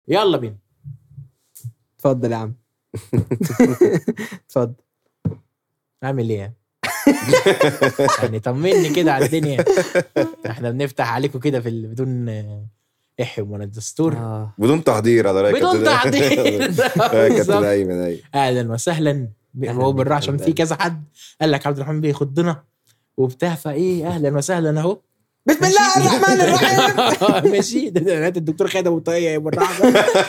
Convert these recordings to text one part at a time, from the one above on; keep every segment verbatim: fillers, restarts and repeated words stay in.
يلا بينا. اتفضل يا عم. اتفضل. عامل ايه يعني؟ طمني كده على الدنيا. احنا بنفتح عليكم كده في ال... بدون احم ولا دستور. آه. بدون تحضير على رايك بدون تحضير. كابتن ايمن. ايوه اهلا وسهلا. هو بالراحه عشان في كذا حد قال لك عبد الرحمن بيخضنا وبتاع فايه. اهلا وسهلا اهو. بسم الله الرحمن الرحيم. ماشي. ده الدكتور خادم وطايه يا بالراحه.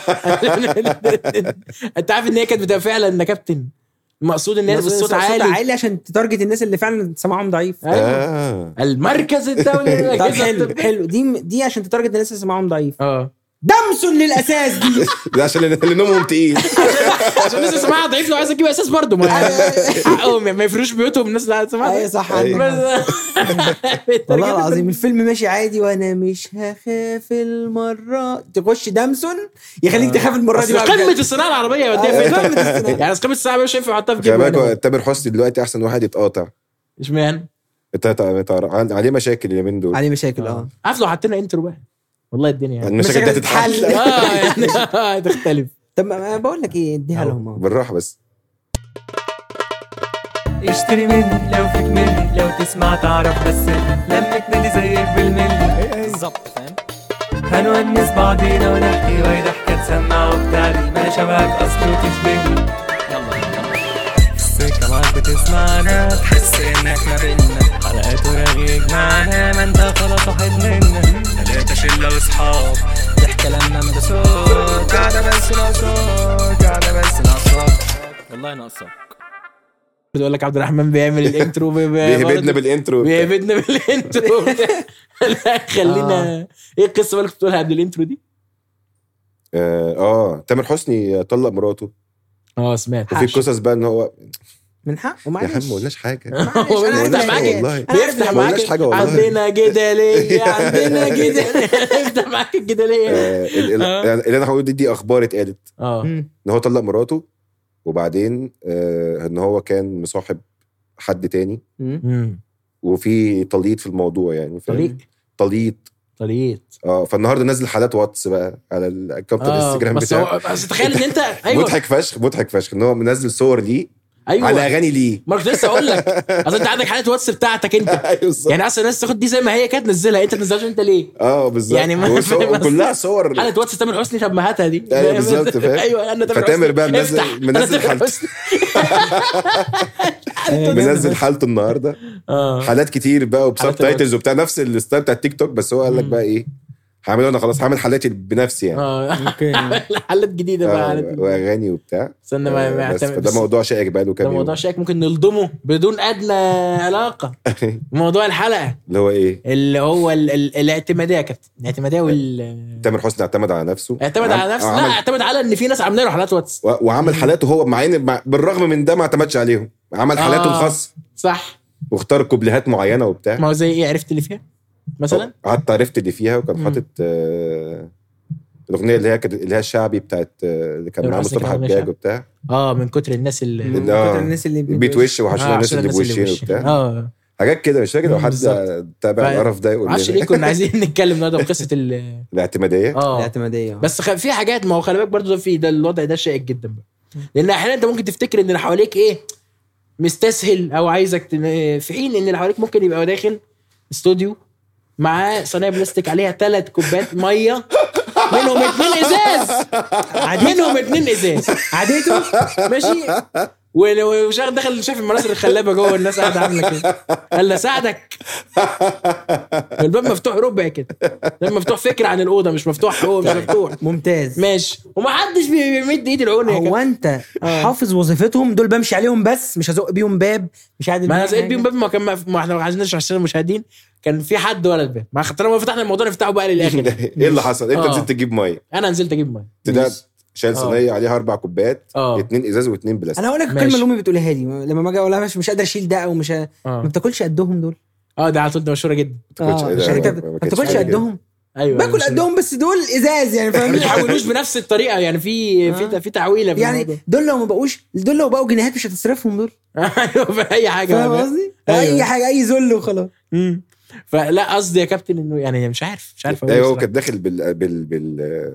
انت عارف ان هي كانت بتبقى فعلا ان كابتن المقصود ان هي بالصوت عالي عالي عشان تتارجت الناس اللي فعلا سمعهم ضعيف. آه. المركز الدولي. طب حلو حلو. دي دي عشان تتارجت الناس اللي سمعهم ضعيف. اه دمسون للاساس دي. ده عشان اللي نومهم تقيل. عشان الناس سمعها ضعيف لو عايز اجيب اساس برضه ما حقهم ما يفروش بيوتهم الناس اللي سمعها. ايوه صح. والله العظيم الفيلم ماشي عادي وانا مش هخاف المره تخش دمسون يخليك تخاف المره دي. قمه الصناعه العربيه وديها فين يعني؟ قمه الصناعه مش هينفع احطها في جيبه. تامر حسني دلوقتي احسن واحد يتقاطع. اشمعنى؟ انت عليه مشاكل اليومين دول. عليه مشاكل اه. عارف لو حطينا انترو بقى والله الدنيا يعني المشاكل دي تتحل. اه يعني تختلف. طب ما بقول لك ايه اديها لهم بالراحه بس. اشتري مني لو فيك مني لو تسمع تعرف بس لمتنا دي زيك بالملي بالظبط فاهم. هنونس بعضينا ونحكي وهي ضحكه تسمع وبتاعي ما شبهك اصل وتشبهني. يلا يلا السكه معاك بتسمعنا تحس انك ما بينا حلقات ورغيك معنا ما انت خلاص واحد منا ثلاثه شله واصحاب ضحكه لما بصوت قاعده بس ناقصاك قاعده بس ناقصاك والله ناقصاك. بتقول لك عبد الرحمن بيعمل الانترو بيهبدنا بالانترو بيهبدنا بالانترو. لا خلينا ايه القصه اللي كنت بتقولها قبل الانترو دي؟ اه, آه. تامر حسني طلق مراته. اه سمعت. وفي قصص بقى ان هو من حق يا عم ما قلناش حاجه. هو بيفتح معاك بيفتح معاك عندنا جداليه عندنا جداليه بيفتح معاك الجداليه. اللي انا هقول دي دي اخبار اتقالت اه ان هو طلق مراته وبعدين آه ان هو كان مصاحب حد تاني وفي تليط في الموضوع يعني. تليط تليط تليط اه. فالنهارده نزل حالات واتس بقى على الاكونت الانستجرام بتاعه. بس تخيل ان انت ايوه مضحك فشخ مضحك فشخ ان هو منزل صور ليه أيوة. على اغاني ليه. ما كنت لسه اقول لك اصل انت عندك حاله واتس بتاعتك انت. أيوة يعني اصلا الناس تاخد دي زي ما هي كانت تنزلها انت تنزلهاش انت ليه؟ اه بالظبط يعني ما كلها صور حاله واتس تامر حسني. طب ما هاتها دي. ايوه بالظبط فاهم. ايوه انا تامر فتامر بقى منزل منزل حالته منزل حالته النهارده حالات كتير بقى وبسب تايتلز وبتاع نفس الستايل بتاع التيك توك. بس هو قال لك بقى ايه هعمله انا خلاص هعمل حالاتي بنفسي يعني. اه اوكي حالات جديده بقى حالات واغاني وبتاع. استنى ما يعتمد. ده موضوع شائك بقى له كام يوم. ده موضوع شائك ممكن نلضمه بدون ادنى علاقه. موضوع الحلقه اللي هو ايه اللي هو ال ال الاعتماديه يا كابتن. الاعتماديه وال تامر حسني اعتمد على نفسه. اعتمد على نفسه. لا اعتمد على ان في ناس عاملين له حالات واتس وعمل حالاته هو مع ان بالرغم من ده ما اعتمدش عليهم. عمل حالاته آه. الخاصه صح واختار كوبليهات معينه وبتاع. ما هو زي ايه عرفت اللي فيها مثلا. قعدت عرفت اللي فيها وكان حاطط آه الاغنيه اللي هي اللي هي الشعبي بتاعت اللي كان مع مصطفى حجاج وبتاع. اه من كتر الناس اللي من كتر الناس اللي بيتوش وحشنا آه الناس اللي بوشين وبتاع. اه حاجات كده مش فاكر لو حد تابع القرف ده يقول لي. عشان ليه كنا عايزين نتكلم النهارده بقصه الاعتماديه. اه الاعتماديه. بس في حاجات ما هو خلي بالك برضه في ده الوضع ده شائك جدا بقى. لان احيانا انت ممكن تفتكر ان اللي حواليك ايه مستسهل او عايزك في حين ان اللي حواليك ممكن يبقى داخل استوديو معاه صينيه بلاستيك عليها ثلاث كوبايات ميه منهم اتنين ازاز منهم اتنين ازاز عديته ماشي. وشاغل دخل شاف المناظر الخلابه جوه الناس قاعده عامله كده قال له ساعدك. الباب مفتوح ربع كده. الباب مفتوح فكره عن الاوضه مش مفتوح هو مش مفتوح. ممتاز ماشي. ومحدش بيمد ايد العون. هو انت حافظ وظيفتهم دول بمشي عليهم بس مش هزق بيهم باب مش قاعد. ما انا زقيت بيهم باب ما كان ما احنا عايزين نشرح عشان المشاهدين كان في حد ولا الباب ما خطرنا ما فتحنا الموضوع نفتحه بقى للاخر. ايه اللي حصل؟ انت نزلت تجيب ميه. انا نزلت اجيب ميه شايل صينيه عليها اربع كوبايات اتنين ازاز واتنين بلاستيك. انا هقول لك الكلمه اللي امي بتقولها لي لما ما اجي اقولها مش مش قادر اشيل ده او مش ه... ما بتاكلش قدهم دول. اه ده على طول ده مشهوره جدا. ما بتاكلش قدهم. ايوه باكل قدهم بس دول ازاز يعني فاهم. ما بيحولوش بنفس الطريقه يعني في آه. في في تعويله يعني دول لو ما بقوش دول لو بقوا جنيهات مش هتصرفهم دول. ايوه في اي حاجه فاهم قصدي. اي حاجه اي ذل وخلاص. فلا قصدي يا كابتن انه يعني مش عارف مش عارف ايوه هو كان داخل بال بال بال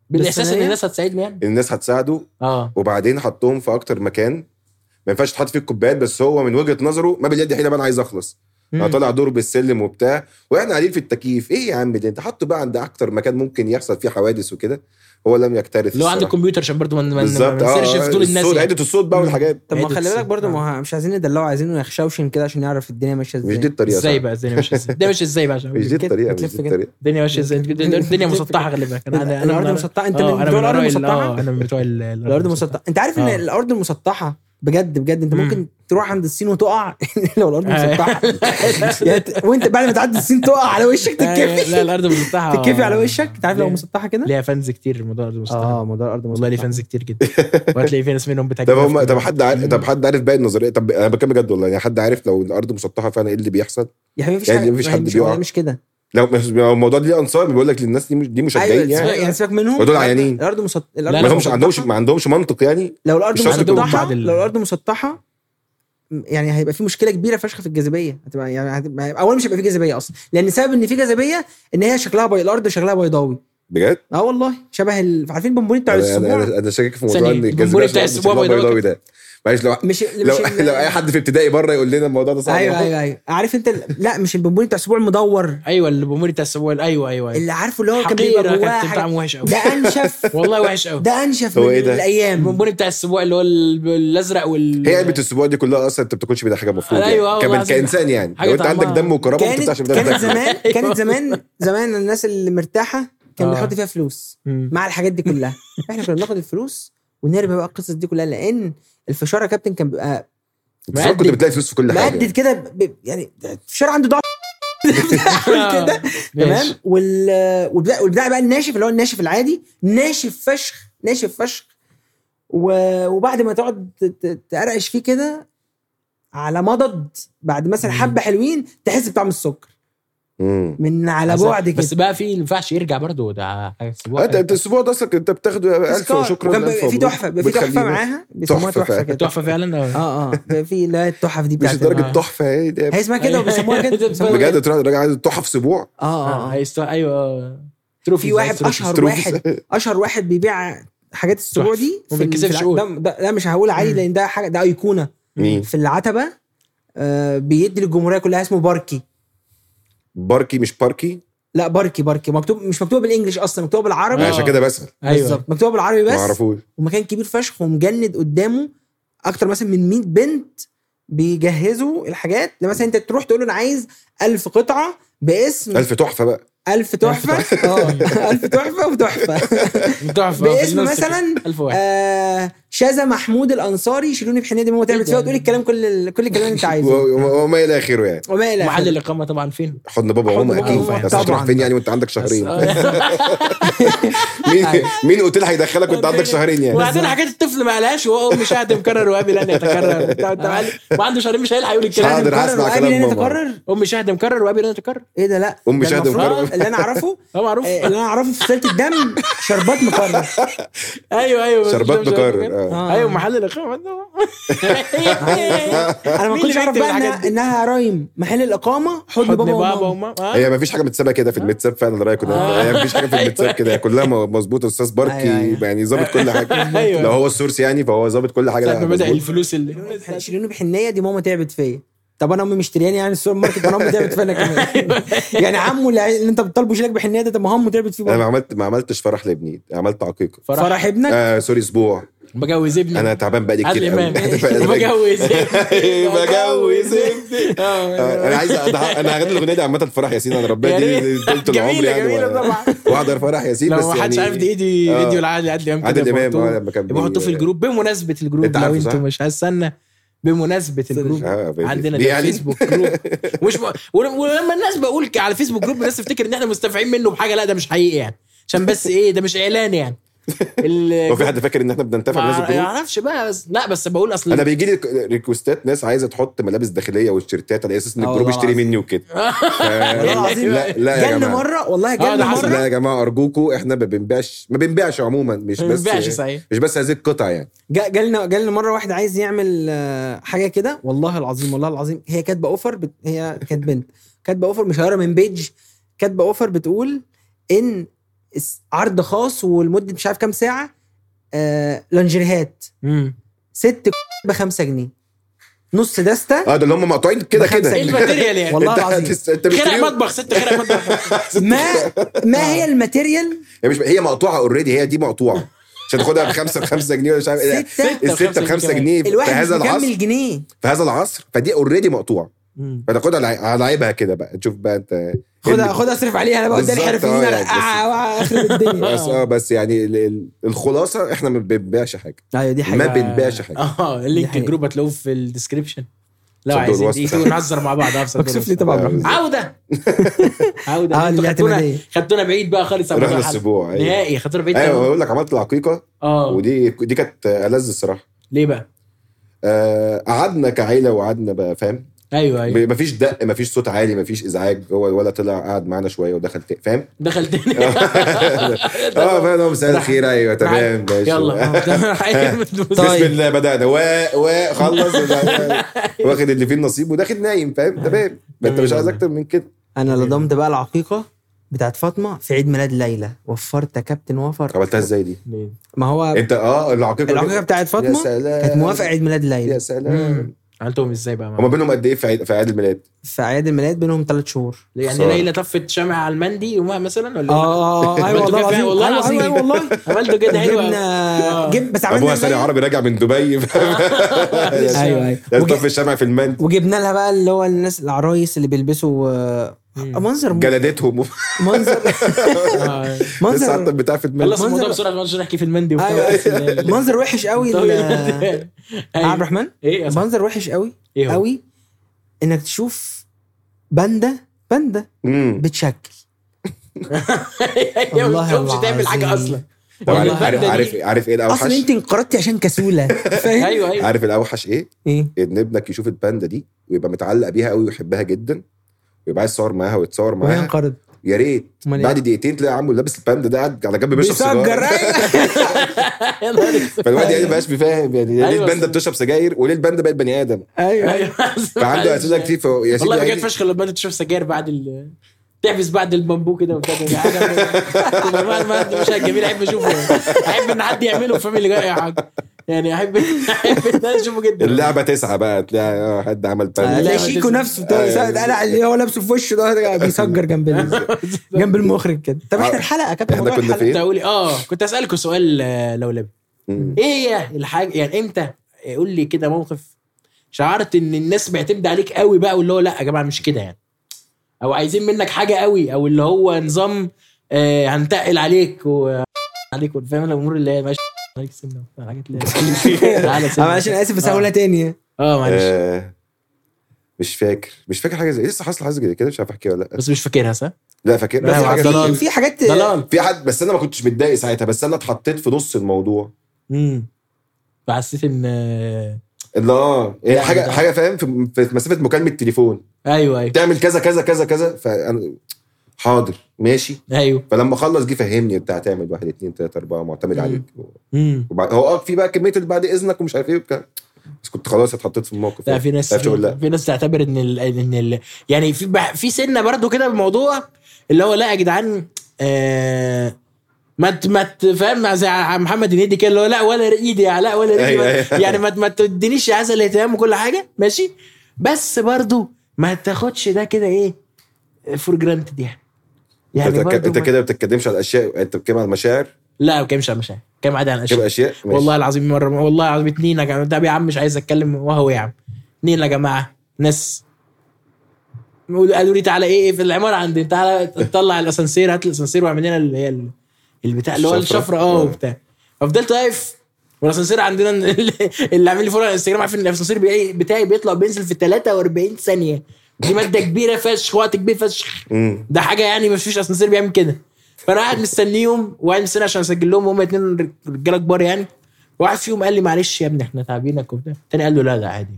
بالاحساس ان الناس هتساعدني يعني الناس هتساعده اه وبعدين حطهم في اكتر مكان ما ينفعش تحط فيه الكوبايات بس هو من وجهه نظره ما باليد حيله بقى انا عايز اخلص انا طالع دور بالسلم وبتاع واحنا قاعدين في التكييف ايه يا عم ده انت حطه بقى عند اكتر مكان ممكن يحصل فيه حوادث وكده هو لم يكترث لو عندك كمبيوتر عشان برضه ما بالظبط نسيرش في طول الناس الصوت يعني. عدة الصوت بقى والحاجات طب ما عدة خلي بالك الصوت. برضه آه. ما مش عايزين ندلعه عايزينه يخشوشن كده عشان يعرف الدنيا ماشيه ازاي مش دي الطريقه ازاي صح؟ بقى الدنيا ماشيه ازاي ده مش ازاي بقى عشان مش دي كده الطريقه مش بتلف دي كده. الطريقه الدنيا ماشيه ازاي الدنيا مسطحه خلي بالك انا انا الارض أنا- مسطحه انت آه، من انا بتوع من الارض آراء ال- المسطحه اه انا من بتوع ال- الارض مسطحه انت عارف ان آه. الارض المسطحه بجد بجد انت ممكن تروح عند الصين وتقع لو الارض آه. مسطحه يعني ت- وانت بعد ما تعدي الصين تقع على وشك تتكفي لا الارض مسطحه تتكفي على وشك انت عارف لو ليه؟ مسطحه كده ليها فانز كتير الموضوع الارض مسطحه اه موضوع الارض والله ليه مسطحه فانز كتير جدا وهتلاقي في ناس منهم بتهاجم طب هم طب حد عارف طب حد عارف باقي النظريه طب انا بكلم بجد والله يعني حد عارف لو الارض مسطحه فعلا ايه اللي بيحصل يا حبيبي مفيش يعني حاجه مفيش ما هي حد مش- بيقع. هي مش كده لو مش- الموضوع ده ليه انصار بيقول لك للناس دي مش دي مشجعين ايوه يعني يعني سيبك منهم ودول عيانين. الارض مسط... لا، الارض ما لا، همش عندهمش ما عندهمش منطق يعني لو الارض مش شرط يكون مسطحه بعد ال- لو الارض مسطحه يعني هيبقى في مشكله كبيره فشخ في الجاذبيه هتبقى يعني هتبقى اولا مش هيبقى في جاذبيه اصلا لان سبب ان في جاذبيه ان هي شكلها بي... الارض شكلها بيضاوي بجد اه والله شبه ال... عارفين البونبوني بتاع انا الاسبوع انا انا شاكك في موضوع ثانية، ان الجمهورية الجاذبيه بتاع شكلها الأسبوع بيضاوي بيضاوي ده معلش لو مش لو مش ال- لو اي حد في ابتدائي بره يقول لنا الموضوع ده صعب ايوه ايوه ايوه عارف انت ال... لا مش البونبوني بتاع الاسبوع المدور ايوه البوموري بتاع السبوع ايوه ايوه ايوه اللي عارفه اللي هو كان حقيره بيبقى جواه كانت حاجة- طعمه وحش قوي ده انشف والله وحش قوي ده انشف هو من إيه ده؟ الايام البوموري بتاع السبوع اللي هو ال- الازرق وال هي علبه الاسبوع دي كلها اصلا انت بتاكلش بيها حاجه المفروض أيوه، يعني والله كمان العظيم. كانسان يعني حاجة لو انت عندك طعمها- دم وكرامه ما تفتحش كانت بدل كانت تاكل. زمان كانت زمان زمان الناس اللي مرتاحه كان آه. بيحط فيها فلوس مم. مع الحاجات دي كلها احنا كنا بناخد الفلوس ونرمي بقى القصص دي كلها لان الفشار يا كابتن كان بيبقى بس كنت مقدد. بتلاقي فلوس في كل حاجه مقدد كده ب- يعني الفشار عنده ضعف كده تمام ماشي. وال والبتاع والبتاع بقى الناشف اللي هو الناشف العادي ناشف فشخ ناشف فشخ و- وبعد ما تقعد ت- ت- تقرقش فيه كده على مضض بعد مثلا حبه حلوين تحس بطعم السكر امم من على بس- بعد كده بس بقى في ما ينفعش يرجع برضه ده حاجة السبوع انت انت الاسبوع ده اصلا انت بتاخده الف تذكار. وشكرا وكان ألف بيبقى في مبروك. تحفه بيبقى في تحفه بتخلينا- معاها بيسموها تحفة تحفه فعلا. كده تحفه فعلا آه. اه اه بيبقى في لا التحف دي مش بتاعت لدرجه آه. تحفه هي دي هي اسمها كده وبيسموها كده بيسموها كده. بجد تروح راجع عايز تحف اسبوع اه اه اه اه هيست- ايوه تروفي في واحد اشهر تروفيز. واحد اشهر واحد بيبيع حاجات السبوع تحفة. دي وما في ال- بيتكسفش في يقول. الع- ده, ده, ده مش هقول عليه لان ده حاجه ده ايقونه مين في العتبه آه بيدي للجمهوريه كلها اسمه باركي باركي مش باركي لا باركي باركي مكتوب مش مكتوب بالانجلش اصلا مكتوب بالعربي آه. عشان كده بسأل ايوه بالظبط مكتوب بالعربي ما بس اعرفوش ومكان كبير فشخ ومجند قدامه اكتر مثلا من مية بنت بيجهزوا الحاجات لما مثلا انت تروح تقول له انا عايز ألف قطعه باسم الف تحفه بقى ألف تحفه اه ألف تحفه وتحفه تحفه باسم مثلا ألف واحد آه شاذة محمود الانصاري يشيلوني بحنيه دي ماما تعمل فيها وتقول الكلام كل ال- كل الكلام اللي انت عايزه و- وما الى اخره يعني وما الى محل آخره. الاقامه طبعا فين حضن بابا حضن وماما بابا اكيد وماما بس هتروح طبعاً. فين يعني وانت عندك شهرين بس- مين أيوة. مين اوتيل هيدخلك وانت عندك شهرين يعني وبعدين حاجات الطفل ما قالهاش وهو مش قاعد مكرر وابي لن يتكرر انت انت معلم وعنده شهرين مش هيلحق يقول الكلام حاضر، ده. هسمع وقابل كلام ان ماما. يتكرر امي شاهد مكرر وابي لن يتكرر ايه ده لا أم ده شاهد المفروض مكرر. اللي انا اعرفه هو معروف آه، اللي انا اعرفه في سلة الدم شربات مكرر ايوه ايوه شربات مكرر آه. آه. ايوه محل الاقامه انا ما مين كنتش اللي اعرف بيكتب بقى الحاجات انها دي؟ انها رايم محل الاقامه حضن حضن بابا بابا وماما وماما آه. هي ما فيش حاجه متسابه كده في المتساب فعلا رايك كده هي ما فيش حاجه في المتساب كده هي كلها مظبوطه استاذ أيوة، باركي أيوة. يعني ظابط كل حاجه أيوة. لو هو السورس يعني فهو ظابط كل حاجه ساعة ما بدأ مظبوط. الفلوس اللي شيلوني بحنيه دي ماما تعبت فيا طب انا امي مشترياني يعني السوبر ماركت انا امي تعبت فيا انا كمان يعني عمو اللي اللي انت بتطالبه يشيلك بحنيه ده طب ما امه تعبت فيه انا ما برضه. عملت ما عملتش فرح لابني عملت عقيقه فرح فرح ابنك آه سوري اسبوع بجوز ابني انا تعبان بقالي عادل كتير قوي. امام أنا بجوز بجوز ابني آه، انا عايز أدع- انا هغني الاغنيه دي عامه فرح ياسين انا ربنا يا دي ريت. طول العمر جميلة، يعني جميلة و- طبعا. واحضر فرح ياسين بس لو ما حدش يعني عارف دي ايدي آه. فيديو لعادل عادل امام كده عادل امام يحطوه- آه، لما كان يبقى حطوه في بي- الجروب بمناسبه الجروب أنت لو عارفه انتوا صح؟ مش هستنى بمناسبه الجروب آه، بي- عندنا دي ده يعني؟ فيسبوك جروب مش م... ولما ولما الناس بقول ك- على فيسبوك جروب الناس تفتكر ان احنا مستفعين منه بحاجه لا ده مش حقيقي يعني عشان بس ايه ده مش اعلان يعني ال- هو في حد فاكر ان احنا بننتفع ما بناس الجروب اعرفش بقى بس لا بس بقول اصل انا بيجي لي ريكوستات ناس عايزه تحط ملابس داخليه والتيشيرتات على اساس ان آه الجروب والله يشتري العظيم. مني وكده ف- والله العظيم لا لا يا جالنا جماعه مره والله آه، جالنا ده حصل. لا مره يا جماعه ارجوكوا احنا ما بنبيعش ما بنبيعش عموما مش ما بس بنبيعش صحيح. مش بس هذه القطع يعني جا- جالنا جالنا مره واحد عايز يعمل آه، حاجه كده والله العظيم والله العظيم هي كاتبه اوفر بت... هي كانت بنت كاتبه اوفر مش هقرا من بيج كاتبه اوفر بتقول ان اس- عرض خاص ولمده مش عارف كام ساعه، آه لانجريهات امم ست بخمسة جنيه، نص دستة. اه ده اللي هم مقطوعين كده بخمسة كده ايه جنيه. الماتيريال يعني؟ والله انت العظيم. هتست- انت خرق بتشتريهم- مطبخ ست خرق مطبخ ما ما هي الماتيريال؟ هي مش هي مقطوعه اوريدي، هي دي مقطوعه عشان تاخدها بخمسه بخمسه جنيه ولا مش عارف ايه. ستة. السته بخمسة بخمسه جنيه جنيه في الواحد مش هذا العصر، مكمل جنيه. في هذا العصر، فدي اوريدي مقطوعه، مم. فتاخدها لع- على عيبها كده بقى، تشوف بقى انت خدها خدها اصرف عليها انا بقى قدام بالظبط، الحرفيين اه انا يعني آه، اخرب الدنيا. بس اه بس يعني ال- ال- الخلاصه احنا ما بنبيعش حاجه، ايوه دي ما حقيقة. بنبيعش حاجه. اه دي اللينك حقيقة. الجروب هتلاقوه في الديسكريبشن لو صندوق عايزين الوصف. تيجوا نهزر مع بعض. اه مكسوف لي طبعا برحمة. عوده عوده اه انتوا خدتونا الاعتمادية. خدتونا بعيد بقى خالص عن رحنا موضوع الحلقة. الاسبوع ايوه نهائي خدتونا بعيد ايوه أوي. بقول لك عملت العقيقه، اه ودي دي كانت ألذ الصراحه. ليه بقى؟ آه، قعدنا كعيله وقعدنا بقى فاهم، ايوه ايوه مفيش دق مفيش صوت عالي مفيش ازعاج، هو ولا طلع قعد معانا شويه ودخل تاني فاهم. دخل تاني اه فاهم، مساء الخير ايوه تمام ماشي. يلا بسم الله بدأنا و و خلص واخد اللي فيه النصيب وداخل نايم فاهم تمام. ما انت مش عايز اكتر من كده. انا لضمت بقى العقيقه بتاعت فاطمه في عيد ميلاد ليلى، وفرت يا كابتن وفر. عملتها ازاي دي؟ ما هو انت اه العقيقه العقيقه بتاعت يا فاطمه سلام. كانت موافقه عيد ميلاد يا ليلى. سلام. عملتهم ازاي بقى؟ هما بينهم قد ايه في عيد في عيد الميلاد؟ في عيد الميلاد بينهم ثلاث شهور. يعني خسارة. ليلى طفت شمع على المندي يومها مثلا ولا اه ايوه عملتوا والله كده العظيم. والله أيوة، العظيم. أيوة والله عملتوا كده حلو أوي. جبنا جب بس ابوها عملنا سريع زي- عربي راجع من دبي ايوه ايوه لازم وج- طفي الشمع في المند وجبنا لها بقى اللي هو الناس العرايس اللي بيلبسوا آه، منظر جلدتهم منظر آه. لسه منظر حاطط بتاع في المند. خلص الموضوع منظر- بسرعه عشان نحكي في المندي وبتاع. أيوة. منظر وحش قوي ال- أيوة. عبد الرحمن ايه يا صاحبي؟ منظر وحش قوي ايه هو؟ قوي انك تشوف باندا باندا امم بتشكل. هي ما والله بتقومش تعمل حاجه العظيم. اصلا. طبعا والله عارف الباندا عارف دي- عارف ايه الاوحش؟ اصلا انت انقرضتي عشان كسوله فاهم. ايوه ايوه عارف الاوحش ايه؟ ايه ان ابنك يشوف الباندا دي ويبقى متعلق بيها قوي ويحبها جدا ويبقى عايز يتصور معاها ويتصور وهي معاها، انقرض يا ريت أمال إيه؟ بعد دقيقتين تلاقي عمه لابس الباندا ده قاعد على جنب بيشرب بيسجر سيجاره. يا نهار أسود. فالواد يعني مبقاش بيفهم يعني ليه أيوة الباندا صح. بتشرب سجاير وليه الباندا بقت بني ادم، ايوه ايوه فعنده اسئله كتير. فهو- يا سيدي والله بجد يعني فشخ لما انت تشوف سجاير بعد ال تحبس بعد البامبو كده وبتاع ده حاجه ما ما مش جميل. احب اشوفه احب ان حد يعمله في اللي جاي حاجه يعني احب احب ان انا اشوفه جدا. اللعبه تسعه بقى تلاقي آه، حد عمل باندا. تلاقي لا، شيكو ما نفسه أيوة. قلع اللي هو لابسه في وشه ده بيسجر جنب ال- جنب المخرج كده. طب احنا الحلقه كابتن إحنا موضوع كنا الحلقة. فين؟ كنت اقول اه كنت اسالكوا سؤال آه، لولبي مم. ايه هي الحاجه يعني امتى قول لي كده موقف شعرت ان الناس بيعتمد عليك قوي بقى واللي هو لا يا جماعه مش كده يعني او عايزين منك حاجه قوي او اللي هو نظام آه هنتقل عليك و عليك فاهم الامور اللي هي ماشي عليك سنه الحاجات اللي تعالى اه سنة. معلش انا اسف بس هقولها تاني. اه معلش آه، مش فاكر مش فاكر حاجه زي لسه حصل حاجه زي كده مش عارف احكيها ولا لا. بس مش فاكرها صح؟ لا فاكر لا، بس هو حاجه ضلال. في في حاجات ضلال في حد بس انا ما كنتش متضايق ساعتها بس انا اتحطيت في نص الموضوع امم فحسيت ان آه، اللي اه لا، حاجه ده- حاجه فاهم في في مسافه مكالمه تليفون ايوه ايوه تعمل كذا كذا كذا كذا فانا حاضر ماشي. ايوه فلما خلص جه فهمني بتاع تعمل واحد اتنين تلاته اربعه معتمد مم. عليك امم وبعد هو اه في بقى كميه اللي بعد اذنك ومش عارف ايه وبتاع بس كنت خلاص اتحطيت في الموقف. لا في ناس عرفت أقول لا في ناس تعتبر ان ال... ان ال... يعني في بح... في سنه برضو كده بالموضوع اللي هو لا يا جدعان آه... ما ت... ما تفهم زي محمد هنيدي كده اللي هو لا ولا ايدي يا لا ولا رجلي أيوة، ما... أيوة. يعني ما ما تدينيش هذا الاهتمام وكل حاجه ماشي بس برضو ما تاخدش ده كده ايه فور جرانتد يعني انت يعني بتك- برضو انت ما... كده ما بتتكلمش على الاشياء انت بتتكلم على المشاعر لا ما بتكلمش عن مشاعر كلام عادي عن بتتكلم على اشياء اشياء ماشي. والله العظيم مره والله العظيم اتنين يا جماعه ده يا عم مش عايز اتكلم وهو يا عم اتنين يا جماعه ناس قالوا لي تعالى ايه في العماره عندي تعالى طلع الاسانسير هات الاسانسير واعمل لنا اللي هي ال- البتاع اللي هو الشفرة. الشفره اه آه. وبتاع ففضلت واقف والاسانسير عندنا اللي- اللي عامل لي فولو على الانستجرام عارف ان الاسانسير بتاعي بتاعي بيطلع بينزل في ثلاثة وأربعين ثانيه دي ماده كبيره فشخ وقت كبير فشخ مم. ده حاجه يعني ما فيش اسانسير بيعمل كده فانا قاعد مستنيهم وقاعد مستني عشان اسجل لهم هم اتنين رجاله كبار يعني واحد فيهم قال لي معلش يا ابني احنا تعبينك وبتاع التاني قال له لا لا عادي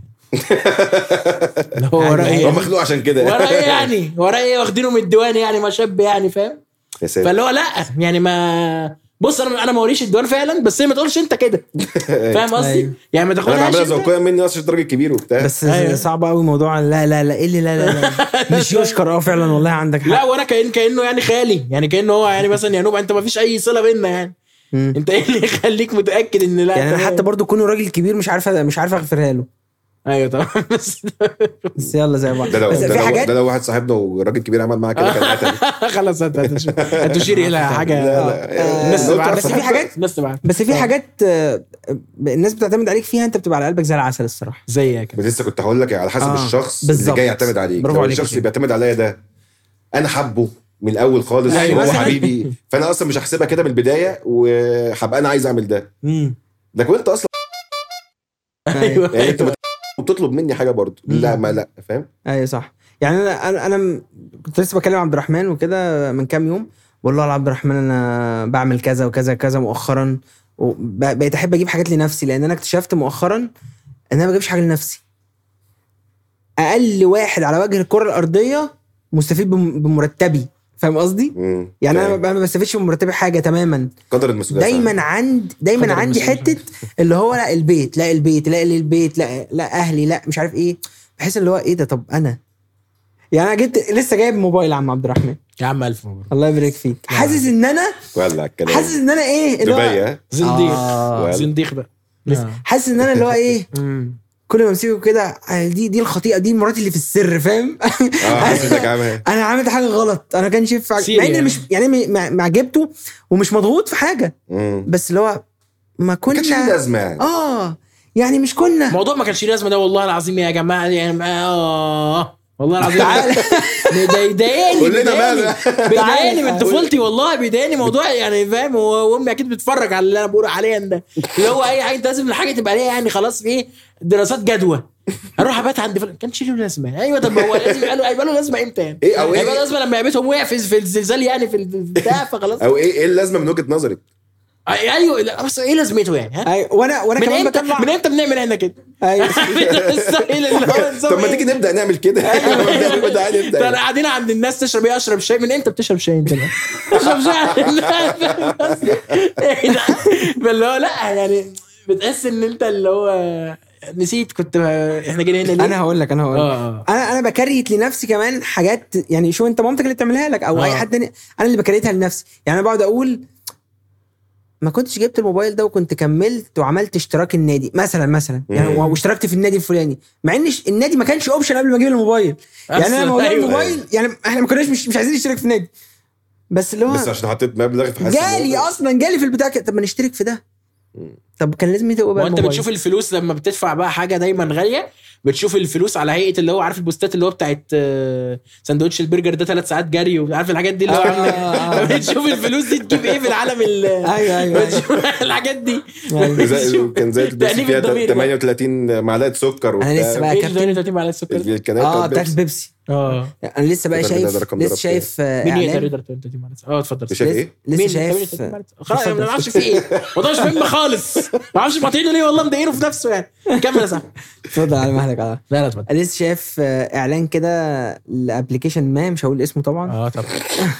اللي هو وراه هو ايه مخلوق عشان كده وراه ايه يعني وراه ايه واخدينه من الديوان يعني ما شاب يعني فاهم يا ساتر. فاللي هو لا يعني ما بص انا انا موريش الديوان فعلا، بس هي ما تقولش انت كده فاهم قصدي أيوه. يعني ما انا تاخدهاش بعملها انت. ذوقيا مني اصلا الراجل كبير وبتاع. بس أيوة. صعب قوي موضوع لا لا لا ايه اللي لا لا لا مش يشكر. اه فعلا والله عندك حق. لا وانا كأن كانه يعني خالي يعني كانه هو يعني مثلا يا نوب انت ما فيش اي صله بيننا يعني مم. انت ايه اللي يخليك متاكد ان لا يعني انا تمام. حتى برضو كونه راجل كبير مش عارف مش عارف اغفرها له. ايوه طبعا بس بس يلا زي بعض. ده لو بس ده في لو, حاجات ده لو واحد صاحبنا وراجل كبير عمل معاه كده كان قتل. خلاص انت هتش- هتشير الى حاجه لا لا الناس لو تبقى عارفة. بس في حاجات- الناس تبقى عارفة. بس في حاجات آه، الناس بتعتمد عليك فيها انت بتبقى على قلبك زي العسل الصراحه. زي كده بس لسه كنت هقول لك على حسب آه، الشخص اللي بالظبط. جاي يعتمد عليك. برافو لو عليك الشخص كده. اللي بيعتمد عليا ده انا حبه من الاول خالص أيوة. وهو مثلاً. حبيبي، فانا اصلا مش هحسبها كده من البدايه وهبقى انا عايز اعمل ده. امم لكن انت اصلا ايوه يعني انت بتطلب مني حاجه برضه لا ما لا فاهم. ايوه صح. يعني انا انا انا م- كنت لسه بكلم عبد الرحمن وكده من كام يوم، بقول له يا عبد الرحمن انا بعمل كذا وكذا كذا مؤخرا، وبقيت احب اجيب حاجات لنفسي لان انا اكتشفت مؤخرا ان انا ما بجيبش حاجه لنفسي. اقل واحد على وجه الكره الارضيه مستفيد بم- بمرتبي، فاهم قصدي؟ مم. يعني انا فاهم. ما ما بستفيدش من مرتبي حاجه تماما. قدر المسؤوليه دايما عند دايما قدر عندي المسؤولية. حته اللي هو لا البيت لا البيت لا البيت لا لا اهلي لا مش عارف ايه، بحس اللي هو ايه ده. طب انا يعني انا جبت لسه جايب موبايل يا عم عبد الرحمن يا عم الف مبروك الله يبارك فيك، حاسس ان انا ولا الكلام حاسس ان انا ايه اللي هو دبي ها؟ زنديق آه. زنديق بقى آه. حاسس ان انا اللي هو ايه مم. كل ما امسكه كده آه، دي دي الخطيئه دي مراتي اللي في السر فاهم. اه حاسس انك عامل انا عملت حاجه غلط انا كان ينفع سيري مع اني يعني. مش يعني ما ما عجبته ومش مضغوط في حاجه، مم. بس اللي هو ما ما كانش ليه كنا لازمه يعني. اه يعني مش كنا الموضوع ما كانش ليه لازمه ده والله العظيم يا جماعه يعني اه والله العظيم ده بيضايقني قول لنا بيضايقني مالك. بيضايقني من طفولتي والله بيضايقني موضوع يعني فاهم. وامي اكيد بتتفرج على اللي انا بقوله حاليا ده اللي هو اي حاجه لازم الحاجه تبقى ليها يعني خلاص ايه دراسات جدوى اروح ابات عند فلان كانش له لازمه. ايوه طب هو لازم يبقى له هيبقى له لازمه امتى يعني؟ إيه أو إيه؟ هيبقى له لازمه لما بيتهم وقع في في الزلزال يعني في البتاع فخلاص. او ايه ايه اللازمه من وجهه نظرك؟ ايوه لا، بس ايه لازمته يعني ها؟ أيوة. وانا وانا من كمان امتى بطلع من امتى بنعمل احنا كده؟ ايوه الستايل اللي هو نظام طب ما إيه؟ تيجي نبدا نعمل كده. تعالى ده نبدا. انا قاعدين عند الناس تشرب ايه اشرب شاي. من امتى بتشرب شاي انت بقى؟ اشرب شاي ايه ده؟ فاللي هو لا يعني بتحس ان انت اللي هو نسيت كنت احنا جينا هنا ليه؟ انا هقول لك انا هقول لك اه انا انا بكريت لنفسي كمان حاجات يعني شو انت مامتك اللي بتعملها لك او آه. اي حد تاني انا اللي بكريتها لنفسي. يعني انا بقعد اقول ما كنتش جبت الموبايل ده وكنت كملت وعملت اشتراك النادي مثلا مثلا يعني مم. واشتركت في النادي الفلاني مع ان ش- النادي ما كانش اوبشن قبل ما اجيب الموبايل. يعني انا أصلاً، موضوع أيوة. الموبايل يعني احنا ما كناش مش, مش عايزين نشترك في نادي بس اللي هو بس عشان حطيت مبلغ في حاسس جالي اصلا جالي في البتاع كده، طب ما نشترك في ده. طب كان لازم يتبقى بقى وانت الموبايل. بتشوف الفلوس لما بتدفع بقى حاجه دايما غاليه بتشوف الفلوس على هيئه اللي هو عارف البوستات اللي هو بتاعت آه، سندوتش البرجر ده ثلاث ساعات جري وعارف الحاجات دي اللي هو آه، عامله آه، آه. بتشوف الفلوس دي تجيب ايه في العالم ال ايوه ايوه بتشوف الحاجات دي زي كان زي البيبسي تأنيب فيها الضمير ده. ثمانية وثلاثين معلقه سكر انا لسه بقى ايه كابتن ثمانية وثلاثين معلقه سكر الكنات اه بتاعت بتاعت البيبسي. بيبسي. اه انا لسه بقى فاكر ده شايف رقم لسه ضرب شايف آه، مين يقدر اعلان يقدر ثلاثين معلقه اه اتفضل شايف ايه؟ لسه مين؟ شايف ثمانية وثلاثين معلقة. خلاص انا ما اعرفش في ايه الموضوع مش مهم خالص ما اعرفش مقاطعينه ليه والله مضايقينه في نفسه يعني كمل يا صاحبي. اتفضل على مهلك على لا لا اتفضل. انا لسه شايف آه، اعلان كده لابلكيشن ما مش هقول اسمه طبعا اه طبعا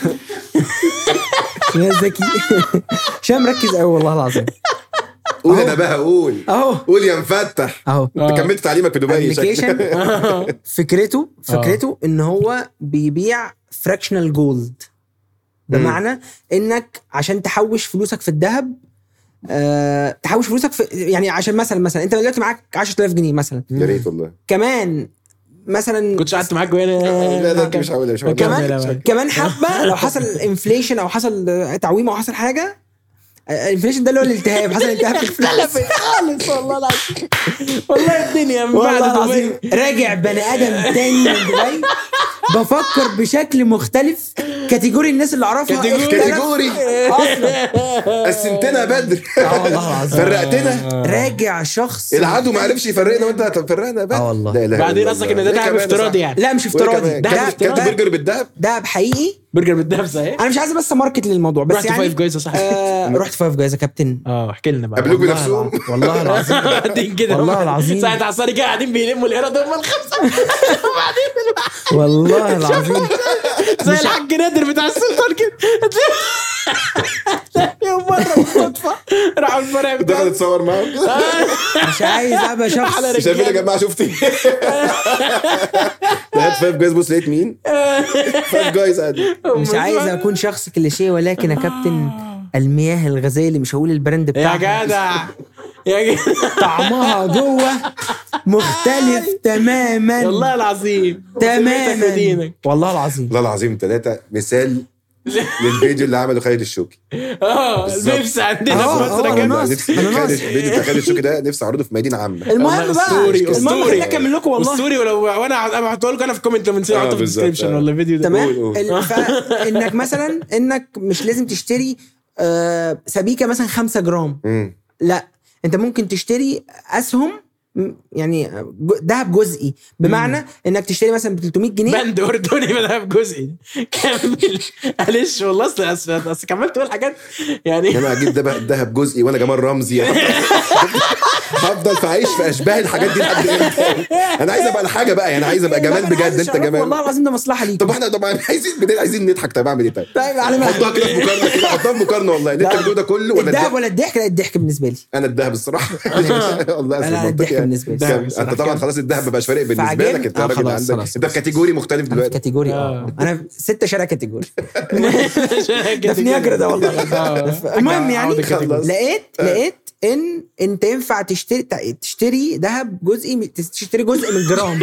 يا ذكي عشان مركز قوي والله العظيم قول انا بقى قول اهو قول يا مفتح. اهو انت كملت تعليمك في دبي ابلكيشن فكرته فكرته ان هو بيبيع فراكشنال جولد بمعنى انك عشان تحوش فلوسك في الذهب أه تحوش فلوسك في يعني عشان مثلا مثلا انت دلوقتي معاك عشرة آلاف جنيه مثلا يا ريت والله. كمان مثلا كنت قعدت معاك وين لا لا مش هقول مش هقول كمان كمان حبه لو حصل انفليشن او حصل تعويم او حصل حاجه الانفليشن ده اللي هو الالتهاب حصل التهاب في الفلوس اختلفت خالص والله العظيم والله الدنيا من والله بعد العظيم دبي راجع بني ادم تاني من دبي بفكر بشكل مختلف كاتيجوري الناس اللي اعرفها كاتيجوري. اختلف كاتيجوري. اصلا قسمتنا بدر اه والله العظيم فرقتنا. راجع شخص العدو ما عرفش يفرقنا وانت هتفرقنا بدر. اه والله. لا إله إلا بعدين الله. قصدك ان ده إيه دهب كمان افتراضي صح؟ يعني لا مش وإيه افتراضي كمان؟ ده كلت- كلت ده برجر بالدهب. ده بحقيقي برجر بالدهب صحيح. انا مش عايز بس ماركت للموضوع بس رحت يعني فايف جايز يا صاحبي آه رحت فايف جايز يا كابتن اه احكي لنا بقى قابلوك والله بنفسهم. العظيم. والله العظيم قاعدين كده والله العظيم. ساعة عصاري كده قاعدين بيلموا الايراد هم الخمسه وبعدين والله العظيم زي الحاج نادر بتاع السلطان كده هم مره بالصدفه. راحوا الفرع دخل بتاعه. اتصور معاهم كده. مش عايز ابقى شخص على شايفين يا جماعه شفتي لقيت فايف جايز. بص لقيت مين فايف جايز عادي. مش عايز اكون شخص كليشيه، ولكن يا كابتن المياه الغازيه مش هقول البراند يا بتاعها، جدع يا جدع طعمها جوه مختلف تماما والله العظيم تماما ودينك. والله العظيم. والله العظيم ثلاثه مثال للفيديو اللي عمله خالد الشوكي. اه البيبس عندنا آه، في آه، مصر أنا كده. ناقص. نفسي أنا خالد ناقص. الفيديو بتاع خالد الشوكي ده نفسي اعرضه في مدينه عامه. المهم بقى أسطوري، المهم أسطوري. خليني اكمل لكم والله. اسطوري. ولو وانا هحطه لكم انا في كومنت لما نسيب آه، احطه في بالظبط، الديسكربشن آه. ولا الفيديو ده. تمام. قول، قول. ال- فانك مثلا انك مش لازم تشتري آه، سبيكه مثلا خمسة جرام، مم. لا انت ممكن تشتري اسهم، م- يعني جو- دهب جزئي، بمعنى انك تشتري مثلا ب ثلاثمية جنيه. بند اردني بدها بجزء. كمل معلش والله اصل اصل أصل كملت تقول حاجات يعني. انا اجيب ده بقى الذهب جزئي وانا جمال رمزي هفضل في عايش في اشباه الحاجات دي لحد امتى؟ انا عايز ابقى الحاجه بقى، يعني عايز ابقى جمال بجد. انت والله جمال. العظيم ده مصلحه ليك. طب احنا طبعا عايزين بدل عايزين نضحك. طيب اعمل ايه طيب؟ طيب على حطها كده في مقارنه كده، حطها في مقارنه والله اللي انت بتقوله ده كله ولا الدهب الذهب؟ ولا الضحك؟ لا الضحك بالنسبه لي. انا الذهب الصراحه والله لا، اصل الضحك بالنسبة لي. كام- الذهب انت طبعا خلاص الذهب ما بقاش فارق بالنسبه فعجبني. لك. انت آه، راجل خلاص، عندك خلاص. انت في كاتيجوري مختلف انا في دلوقتي. كاتيجوري اه آه. انا في ستة شارع كاتيجوري. ده في نياجرا ده والله. المهم يعني خلص. لقيت لقيت ان انت ينفع تشتري تشتري ذهب جزئي، تشتري جزء من الجرام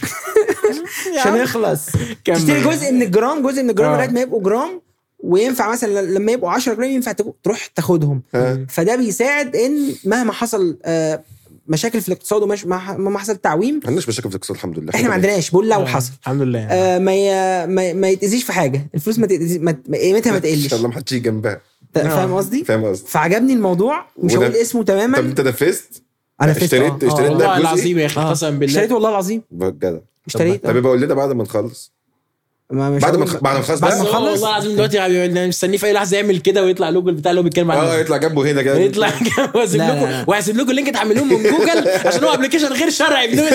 عشان يخلص. كمل. تشتري جزء من الجرام جزء من الجرام آه. لغايه ما يبقوا جرام، وينفع مثلا لما يبقوا عشرة جرام ينفع تروح تاخدهم. آه. فده بيساعد ان مهما حصل آه، مشاكل في الاقتصاد ومش مهما حصل تعويم، ما عندناش مشاكل في الاقتصاد الحمد لله. احنا ما عندناش. بقول لو حصل الحمد لله. آه، ما ي- ما ما يتأذيش في حاجه، الفلوس ما تأذي، ما ما- قيمتها ما ان تقلش. شاء الله ما حدش يجي جنبها. فاهم قصدي؟ فاهم قصدي. فعجبني الموضوع، مش وده- هقول اسمه طب تماما. انت نفذت؟ انا فزت، اشتريت- آه، آه، اشتريت آه. ده؟ والله جزئي؟ العظيم يا اخي آه. قسما بالله. اشتريت والله العظيم جدع. اشتريت. طب يبقى قول لنا بعد ما نخلص. ما مش بعد ما هقول- نخ- بعد ما نخلص بعد بقى؟ ما بس نخلص. هو والله العظيم دلوقتي يعني مستنيه في اي لحظه يعمل كده ويطلع لوجو البتاع اللي هو بيتكلم عنه. اه يطلع جنبه هنا كده. يطلع واسيب لا، لكم لا. وهسيب لكم اللينك تعملوه من جوجل عشان هو ابلكيشن غير شرعي بدون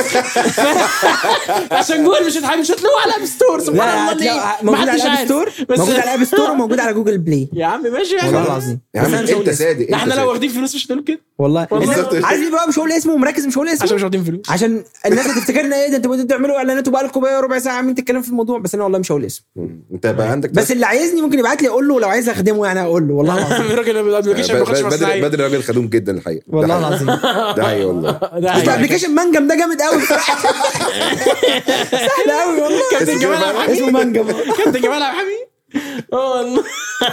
عشان جوجل مش هتحب مش هتلاقوه على الاب ستور. لا سبحان الله هتلاقوا- ليه موجود على محدش الاب عارف. ستور، بس موجود على الاب ستور وموجود على جوجل بلاي. يا عم ماشي يعني. والله العظيم. يا عم بس أنا مش هقول انت اسم. صادق. ده احنا انت لو صادق. واخدين فلوس مش هنقول كده والله والله. الناس- عارف ليه بقى مش هقول اسمه ومركز مش هقول اسمه؟ عشان مش واخدين فلوس. عشان الناس هتفتكرنا ايه ده، انتوا بدأتوا تعملوا اعلانات وبقى لكم بقى ربع ساعه عاملين تتكلموا في الموضوع، بس انا والله مش هقول اسمه. مم. انت بقى عندك بس اللي عايزني ممكن يبعت لي اقول له، لو عايز اخدمه يعني اقول له والله العظيم. الراجل الابلكيشن ما بياخدش بدري مصنعيه. بدري راجل خدوم جدا الحقيقه. ده والله حقيقي. العظيم. ده حقيقي والله. ده بس حقيقي. ابلكيشن منجم ده جامد قوي بصراحه. سهل قوي والله. كابتن جمال عبد الحميد. اسمه منجم. كابتن جمال عبد الحميد. اه والله.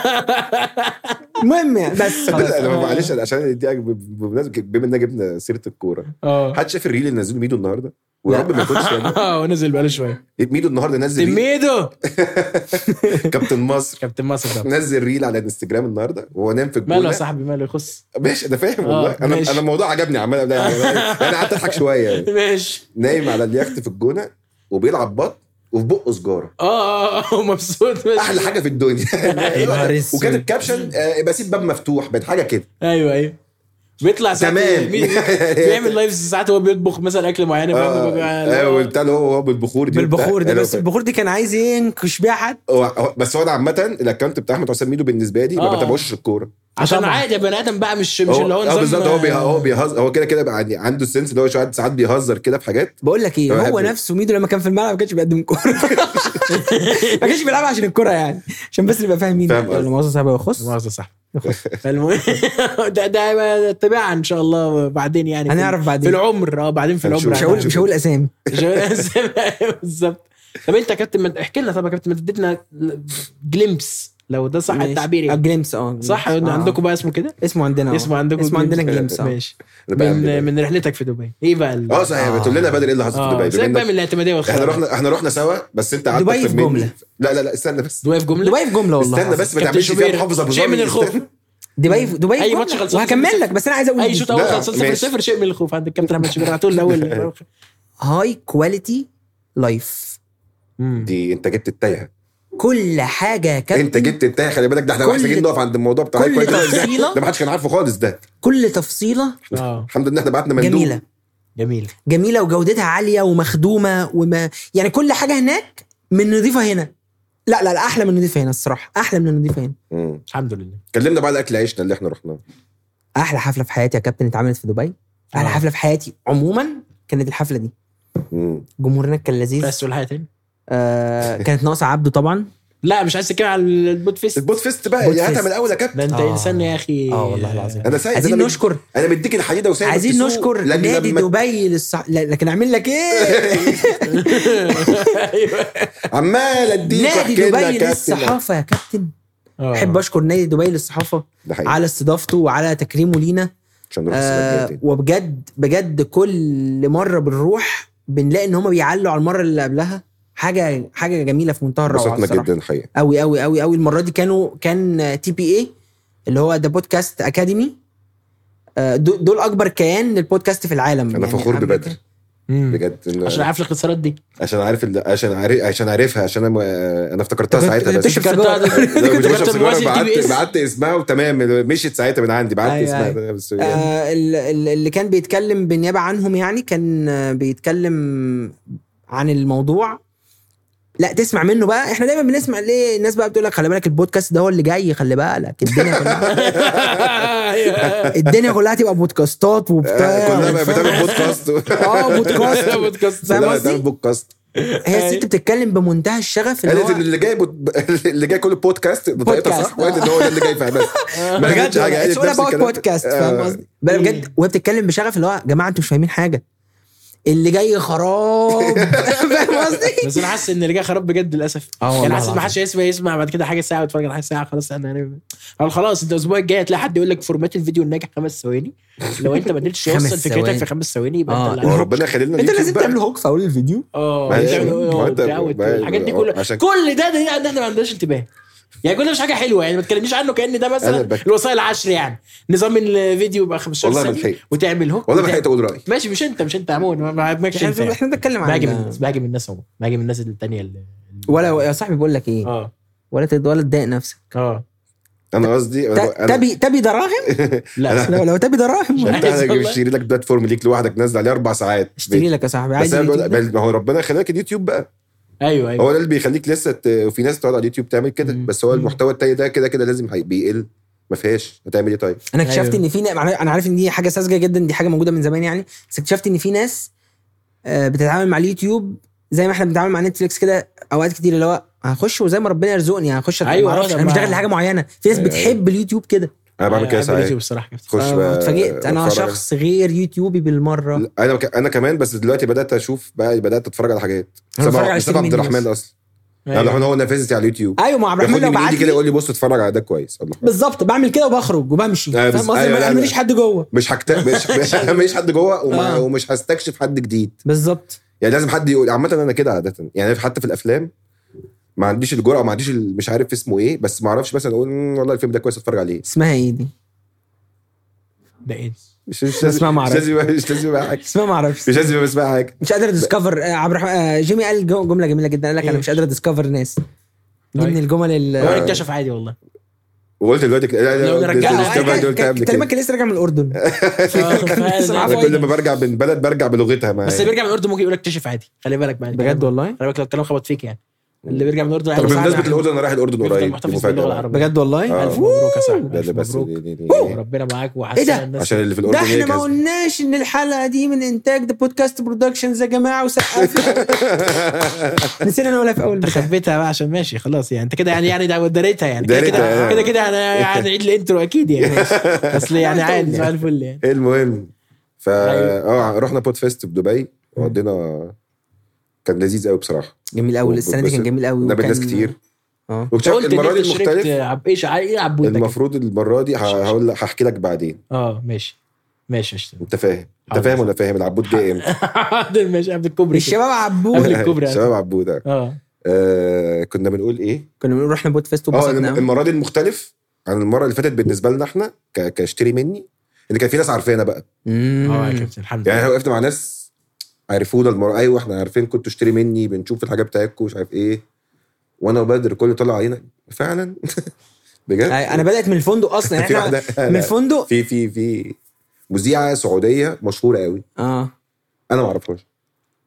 المهم يعني بس خلاص. لا لا معلش عشان دي بمناسبه بما اننا جبنا سيره الكوره، اه حد شاف الريل اللي نزلوا ميدو النهارده؟ ويا رب ما يكونش يعني. اه ونزل بقاله شويه. ميدو النهارده نزل ريل. تميدو كابتن مصر كابتن مصر ده نزل ريل على الانستجرام النهارده وهو نام في ماله يا الجونه. صاحبي ماله يخص. ماشي انا فاهم آه، والله. انا ماشي. انا الموضوع عجبني عمال انا قعدت اضحك شويه يعني. ماشي. نايم على اليخت في الجونه وبيلعب بط وفي بقه سجاره. اه اه مبسوط. ماشي. احلى حاجه في الدنيا. نهار اسود. وكاتب كابشن آه، يبقى سيب باب مفتوح بين حاجه كده. ايوه ايوه بيطلع ساعات تمام. بي- بيعمل لايف ساعات وهو بيطبخ مثلا اكل معين. اه والبتاع اللي هو هو بالبخور دي بالبخور وبتاع. ده، بس البخور دي كان عايز ينكش بيها حد. هو- هو- بس هو انا عامه الاكونت بتاع احمد حسام ميدو بالنسبه لي ما آه. بتابعوش الكوره. عشان طبعاً. عادي يا بني ادم بقى مش مش اللي هو اه نظام. بالظبط. هو بيه- هو بيهزر. هو كده كده بقى عندي- عنده السنس اللي هو شويه ساعات بيهزر كده في حاجات. بقول لك ايه، هو هو بحب- نفسه ميدو لما كان في الملعب ما كانش بيقدم كوره. ما كانش بيلعب عشان الكوره يعني، عشان بس نبقى فاهمين. فاهم قصدي. ولا مؤاخذه صاحبي يخص. مؤاخذة صح. فالمهم ده ده تبعا ان شاء الله بعدين يعني. في- هنعرف بعدين. في العمر اه بعدين في العمر. هنشوف. مش هقول مش هقول اسامي. مش هقول بالظبط. طب انت يا كابتن ما احكي لنا. طب يا كابتن ما تدينا جليمس لو ده صح التعبير يعني. جليمس اه صح آه. عندكم بقى اسمه كده. اسمه عندنا آه. اسمه عندكم اسمه عندنا جليمس. جليمس اه. ماشي. أنا بقى من بدري. من رحلتك في دبي ايه بقى ال- اه صحيح. بتقول لنا بدري ايه اللي حصل في اه دبي؟ سيبك بما بقى إنك- من الاعتماديه احنا والخيال. رحنا احنا رحنا سوا بس انت قعدت دبي أكتر في مني. جملة. لا لا لا استنى بس. دبي في جمله. دبي في جمله والله. استنى بس ما كابتن تعملش فيها شوبير. محافظ ابو شيء من ظبي. الخوف. دبي في دبي اي في ماتش جملة. خلصان وهكمل لك، بس انا عايز اقول اي دي. شوط اول لا، خلصان صفر ماشي. صفر شيء من الخوف عند الكابتن احمد شوبير على طول الاول. هاي كواليتي لايف. دي انت جبت التايهه. كل حاجه يا كابتن. انت جبت التايهه. خلي بالك ده احنا كل- محتاجين نقف عند الموضوع بتاع كل هاي كواليتي لايف ده. تفصيلة. ده ما حدش كان عارفه خالص ده. كل تفصيله اه الحمد لله احنا بعتنا مندوب. جميله جميل. جميله وجودتها عاليه ومخدومه، وما يعني كل حاجه هناك من نظيفه هنا. لا لا لا احلى من نضيف هنا الصراحه، احلى من نضيف هنا. مم. الحمد لله. كلمنا بقى على الاكل عيشنا اللي احنا رحناه. احلى حفله في حياتي يا كابتن اتعملت في دبي. احلى آه. حفله في حياتي عموما كانت الحفله دي. مم. جمهورنا كان لذيذ. بس تقول حاجه تاني؟ آه كانت ناقصه عبده طبعا. لا مش عايز تتكلم على البوت فيست. البوت فيست بقى بوت يا هاتها فيست. من الاول يا ده كابتن. انت آه. انسان يا اخي. اه والله العظيم. انا سعيد. عايزين أنا نشكر انا مديك الحديده وسايبك عايزين تسوق. نشكر لكن نادي لما- دبي للصح... لا، لكن اعمل لك ايه؟ عمال اديك نادي واحكي لك دبي يا كابتن. للصحافه يا كابتن. آه. احب اشكر نادي دبي للصحافه ده حقيقي. على استضافته وعلى تكريمه لينا. عشان نروح السنة الجاية آه تاني. وبجد بجد كل مره بنروح بنلاقي ان هم بيعلوا على المره اللي قبلها. حاجه حاجه جميله في منتهى الروعه انبسطنا الصراحه. جدا الحقيقه. قوي قوي قوي قوي. المره دي كانوا كان تي بي اي اللي هو ده بودكاست اكاديمي. آه، دو- دول اكبر كيان للبودكاست في العالم. انا فخور حاجة ببدر كده. مم. بجد إن- عشان عارف الاختصارات دي. عشان عارف ال- عشان عارف عشان عارفها عشان انا انا افتكرتها كنت- ساعتها كنت بس بتشرب كنت سيجارة. بتاع- لو كنت مش بشرب كنت سيجاره موازي التي بي بعت اس. بعت اسمها وتمام مشيت ساعتها من عندي بعت أيوة، اسمها بس يعني آه، ال- ال- اللي كان بيتكلم بالنيابه عنهم يعني كان آه، بيتكلم عن الموضوع. لا تسمع منه بقى. احنا دايما بنسمع ليه الناس بقى بتقول لك خلي بالك البودكاست ده هو اللي جاي. خلي بالك الدنيا كلها ايوه. الدنيا كلها تبقى بودكاستات وبتاع كلها بقى بتعمل بودكاست اه بودكاست بودكاست. فاهم كلها قصدي؟ بتعمل بودكاست. هي الست بتتكلم بمنتهى الشغف اللي قالت هو ان اللي جاي بوت... اللي جاي كل بودكاست بطريقتها بودكاست. صح وقالت ان هو ده اللي جاي فيها بس ما بجد قالتش حاجه قالت اتس اول نفس اباوت الكلام. بودكاست. فاهم آه. قصدي؟ بقى بجد وهي بتتكلم بشغف اللي هو يا جماعه انتوا مش فاهمين حاجه اللي جاي خراب. فاهم قصدي؟ بس انا حاسس ان اللي جاي خراب بجد للاسف. اه والله يعني حاسس ان ما العظيم. حدش يسمع يسمع بعد كده حاجه ساعه ويتفرج على حاجه ساعه خلاص. انا يعني خلاص انت الاسبوع الجاي هتلاقي حد يقول لك فورمات الفيديو الناجح خمس ثواني. لو انت ما قدرتش خمس توصل فكرتك ثواني. في خمس ثواني يبقى آه. انت هو اللي ربنا يخلينا انت اليوتيوب لازم بقى. تعمل هوك في اول الفيديو. اه ماشي. تعمل- ما اه انت- وبتاع وت- ما- الحاجات دي اه كلها عشان- كل ده ده ان احنا ما عندناش انتباه. يعني كل ده مش حاجه حلوه. يعني ما تكلمنيش عنه كأن ده أنا مثلا بك- الوسائل العشر. يعني نظام الفيديو يبقى خمستاشر والله ما ثانيه لحقت. وتعمل هوك والله ما وتعمل- لحقت اقول رايي. ماشي. مش انت مش انت عموما ما بهاجمكش انت. احنا يعني. احنا بنتكلم عن بهاجم الناس بهاجم الناس اهو بهاجم الناس التانية اللي ولا يا صاحبي بقول لك ايه اه ولا تد- ولا تضايق نفسك. اه انا قصدي ت- أنا- تبي تبي دراهم. لا لو لو تبي دراهم مش انت عايز انا والله. اشتري لك بلاتفورم ليك لوحدك نازل عليه اربع ساعات اشتري لك يا صاحبي بس عايز انا اليوتيوب بقول ده؟ ما هو ربنا خلاك اليوتيوب بقى ايوه ايوه هو ده اللي بيخليك لسه ت... وفي ناس تقعد على اليوتيوب تعمل كده مم. بس هو مم. المحتوى التاني ده كده كده لازم هي- بيقل ما فيهاش هتعمل ايه طيب. انا اكتشفت أيوة. ان في نا- انا عارف ان دي حاجه ساذجه جدا. دي حاجه موجوده من زمان يعني. بس اكتشفت ان في ناس آه، بتتعامل مع اليوتيوب زي ما احنا بنتعامل مع نتفليكس كده اوقات كتير اللي هو هخش وزي ما ربنا يرزقني هخش. أيوة، ما اعرفش اه، انا مش ما- داخل لحاجه معينه. في ناس أيوة، بتحب اليوتيوب كده. انا بعمل كده أيوة، ساعات اليوتيوب الصراحه خش آه، بقى- اتفاجئت انا بتفرج. شخص غير يوتيوبي بالمره. انا ك... انا كمان بس دلوقتي بدات اشوف بقى بدات اتفرج على حاجات أنا بتفرج على مصطفى ستريم عبد الرحمن بس. ده اصلا عبد الرحمن هو نافذتي على اليوتيوب ايوه مع عبد الرحمن ياخدني لو من بعت ايدي كده لي يقول لي بص اتفرج على ده كويس الله بالظبط بعمل كده وبخرج وبمشي. آه، فاهم بس- قصدي؟ أيوة، ما لا، ماليش لا. حد جوه. مش هكت... مش مش, مش حد جوه وما... آه. ومش هستكشف حد جديد بالظبط. يعني لازم حد يقول عامه انا كده عاده يعني حتى في الافلام ما عنديش الجرأه ما عنديش ال- مش عارف اسمه ايه بس ما اعرفش مثلا اقول "مم، والله الفيلم ده كويس اتفرج عليه اسمها ايه دي؟ ده ايه؟ مش مش اسمها ما مش أعرف. لازم يبقى- مش لازم يبقى حاجه اسمها ما اعرفش. مش لازم يبقى اسمها حاجه مش قادر اديسكفر. عبد الرحمن آه، جيمي قال جو- جمله جميله جدا. قال لك انا إيه؟ مش قادر اديسكفر ناس. دي طيب. من الجمل ال هو اكتشف عادي والله. وقلت دلوقتي ك- لا لو لا نرجع- لا، لا، لا، دي قلتها قبل تقريبا كده. كان لسه راجع من الاردن. فعلا. انا كل ما برجع من بلد برجع بلغتها بس اللي معايا بيرجع من الاردن ممكن يقول لك اكتشف عادي. خلي بالك بقى بجد والله. خلي بالك لو الكلام خبط فيك يعني. اللي بيرجع من الاردن طب أهلا بمناسبه وسهلا. الاردن انا رايح الاردن بيفضل قريب دي محتفظ مفاجاه باللغه بقى. العربيه. بجد والله. آه. الف مبروك يا صاحبي. ده الف ده بس مبروك. دي- دي- دي- ربنا معاك إيه وحسن ده؟ الناس. عشان اللي في ده الاردن احنا هي ما كذا قلناش ان الحلقه دي من انتاج ده بودكاست برودكشنز يا جماعه وسقف. نسينا نقولها في اول انت بتاع. خبيتها بقى عشان ماشي خلاص يعني. انت كده يعني يعني ده داريتها يعني كده داريتها، كده آه. كده كده انا هنعيد الانترو اكيد يعني. اصل يعني عادي زي الفل يعني. المهم فا أيوة. اه رحنا بود فيست في دبي وقضينا كان لذيذ قوي بصراحه جميل قوي السنه دي كان جميل قوي. نقابل وكان- ناس كتير اه واكتشفت قلت المره ان دي انت شربت المختلف عب ايش ايه عبود ده كده؟ المفروض المره دي ه- هقول لك هحكي لك بعدين اه ماشي ماشي اشتغل. انت فاهم انت حاضر. فاهم ولا فاهم العبود جاي امتى حاضر ماشي قبل الكوبري كده. الشباب عبود. قبل الكوبري يعني. شباب عبود آه. اه آه كنا بنقول ايه كنا بنقول رحنا بود فيست اه وبسطنا قوي. المره دي المختلف عن المره اللي فاتت بالنسبه لنا احنا ك- كاشتري مني ان كان في ناس عارفانا بقى مم. اه يا كابتن الحمد يعني لله. احنا وقفت مع ناس عرفونا المره ايوه احنا عارفين كنتوا تشتري مني بنشوف الحاجات بتاعتكم مش عارف ايه وانا وبدر كل طلع علينا فعلا بجد انا بدات من الفندق اصلا في يعني واحده احنا من الفندق. في في في مذيعه سعوديه مشهوره قوي اه انا ما اعرفهاش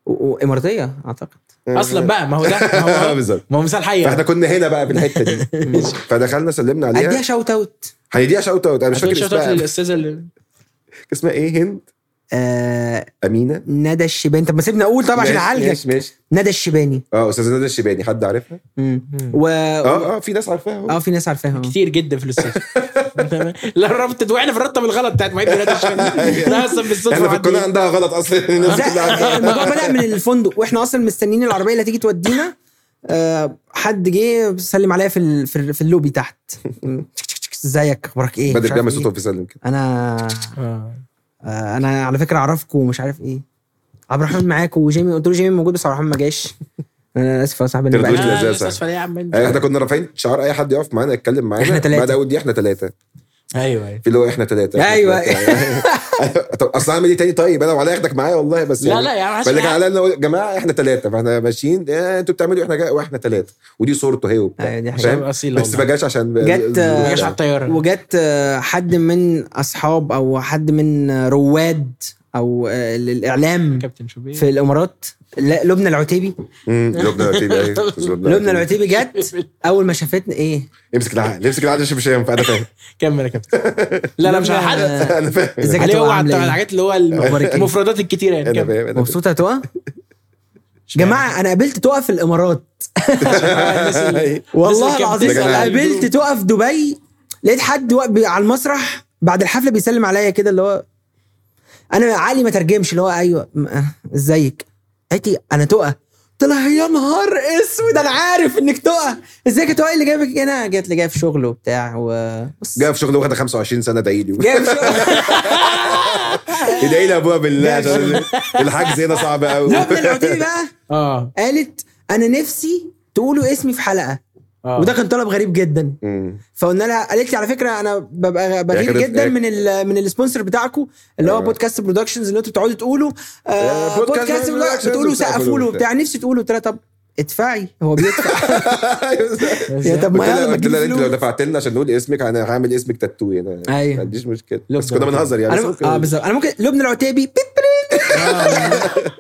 و- واماراتيه اعتقد. اصلا بقى ما هو ده ما هو بالظبط. ما هو مثال حي فاحنا كنا هنا بقى في الحته دي فدخلنا سلمنا اديها عليها. شوت اوت. هنديها شوت اوت. انا مش فاكر شوت اوت اسمها للاستاذه اللي اسمها ايه. هند آه امينه ندى الشيباني. طب ما سيبني اقول طبعا عشان ماشي، اعالجك. ماشي ماشي. ندى الشيباني. اه استاذه ندى الشيباني حد عارفها؟ مم. و اه اه في ناس عارفاها اهو. اه في ناس عارفاها. كتير جدا في الاستوديو تمام. لا ربط وقعنا في الرطه بالغلط بتاعت معيد بلاد الشمال انا اصلا بالصدفه احنا في عندي- القناه عندها غلط اصلا الناس كلها عارفاها. الموضوع بدأ من الفندق واحنا اصلا مستنيين العربيه اللي تيجي تودينا. آه حد جه سلم عليا في ال- في, ال- في اللوبي تحت. ازيك اخبارك ايه؟ بدر مش عارف جامع إيه. صوته في سلم كده. انا آه. آه انا على فكره اعرفكم ومش عارف ايه. عبد الرحمن معاكم وجيمي. قلت له جيمي موجود بس عبد الرحمن ما جاش. انا اسف يا صاحبي إني ترضوش بقى- لي. آه، لذاذة. اسف يا عم أيوة، احنا كنا رافعين شعار اي حد يقف معانا يتكلم معانا إحنا تلاتة. بعد اول دي احنا ثلاثه ايوه ايوه في اللي هو احنا ثلاثه. أيوة. طب اصل اعمل ايه تاني؟ طيب انا ولا اخدك معايا والله بس لا يعني لا يا عم فاللي كان علينا يا جماعه احنا ثلاثه فاحنا ماشيين إيه انتوا بتعملوا احنا جا... واحنا ثلاثه ودي صورته هي وبتاع أيوة، دي حاجة فاهم؟ أصيلة بس والله. ما جاش عشان جت- ما جاش على الطياره وجت آه، حد من اصحاب او حد من آه، رواد او آه، الاعلام كابتن شوبير في الامارات. لا، لبنى العتيبي. امم لبنى العتيبي ايوه لبنى العتيبي جت اول ما شافتني ايه. امسك العقل امسك العقل عشان مش هينفع انا فاهم. كمل يا كابتن. لا لا مش على حد آه، انا فاهم ازيك عليه هو عاملة على إيه؟ الحاجات اللي هو أخبارك إيه؟ المفردات الكتيره يعني انا كمل. فاهم أنا فاهم. مبسوطه يا تقى؟ جماعه انا قابلت تقى في الامارات. والله العظيم يا جدع. انا قابلت تقى في دبي. لقيت حد واقف بي- على المسرح بعد الحفله بيسلم عليا كده اللي هو انا عقلي ما ترجمش اللي هو ايوه م- آه، ازيك. قالت لي انا تقى. قلت لها يا نهار اسود انا عارف انك تقى. ازيك يا تقى اللي جايبك هنا؟ جات لي جايه في شغل وبتاع و بص جاي في شغل واخد خمسة وعشرين سنه ادعي لي جايه في شغل. ادعي لي ابويا بالله عشان الحجز هنا صعب قوي. لبنى العتيبي بقى اه قالت انا نفسي تقولوا اسمي في حلقه. اه وده كان طلب غريب جدا. مم. فقلنا لها قالت لي على فكره انا ببقى بغير كانت- جدا من ال من السبونسر بتاعكم اللي هو آه. بودكاست برودكشنز اللي انتوا بتقعدوا تقولوا آه، آه بودكاست بودكاست برودكشنز بتقولوا وبتاع سقفوا له كله وبتاع. نفسي تقولوا. قلت لها طب ادفعي. هو بيدفع. يا طب قلت ما يلا لها ما قلت لها تجيب انت لو فلوس. دفعت لنا عشان نقول اسمك انا هعمل اسمك تاتو هنا أيوة. ما عنديش مشكله لبنى بس كنا بنهزر يعني انا بس م- ممكن- اه بالظبط انا ممكن لبنى العتيبي بيب بيب.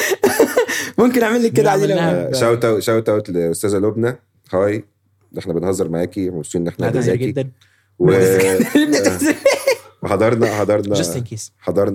ممكن اعمل لك كده علي لو عملناها. شاوت اوت شاوت اوت لاستاذه لبنى. هاي احنا بنهزر معاكي مبسوطين ان احنا لا ده زي معاكي جدا و- لبنى العتيبي. وحضرنا حضرنا جاست ان كيس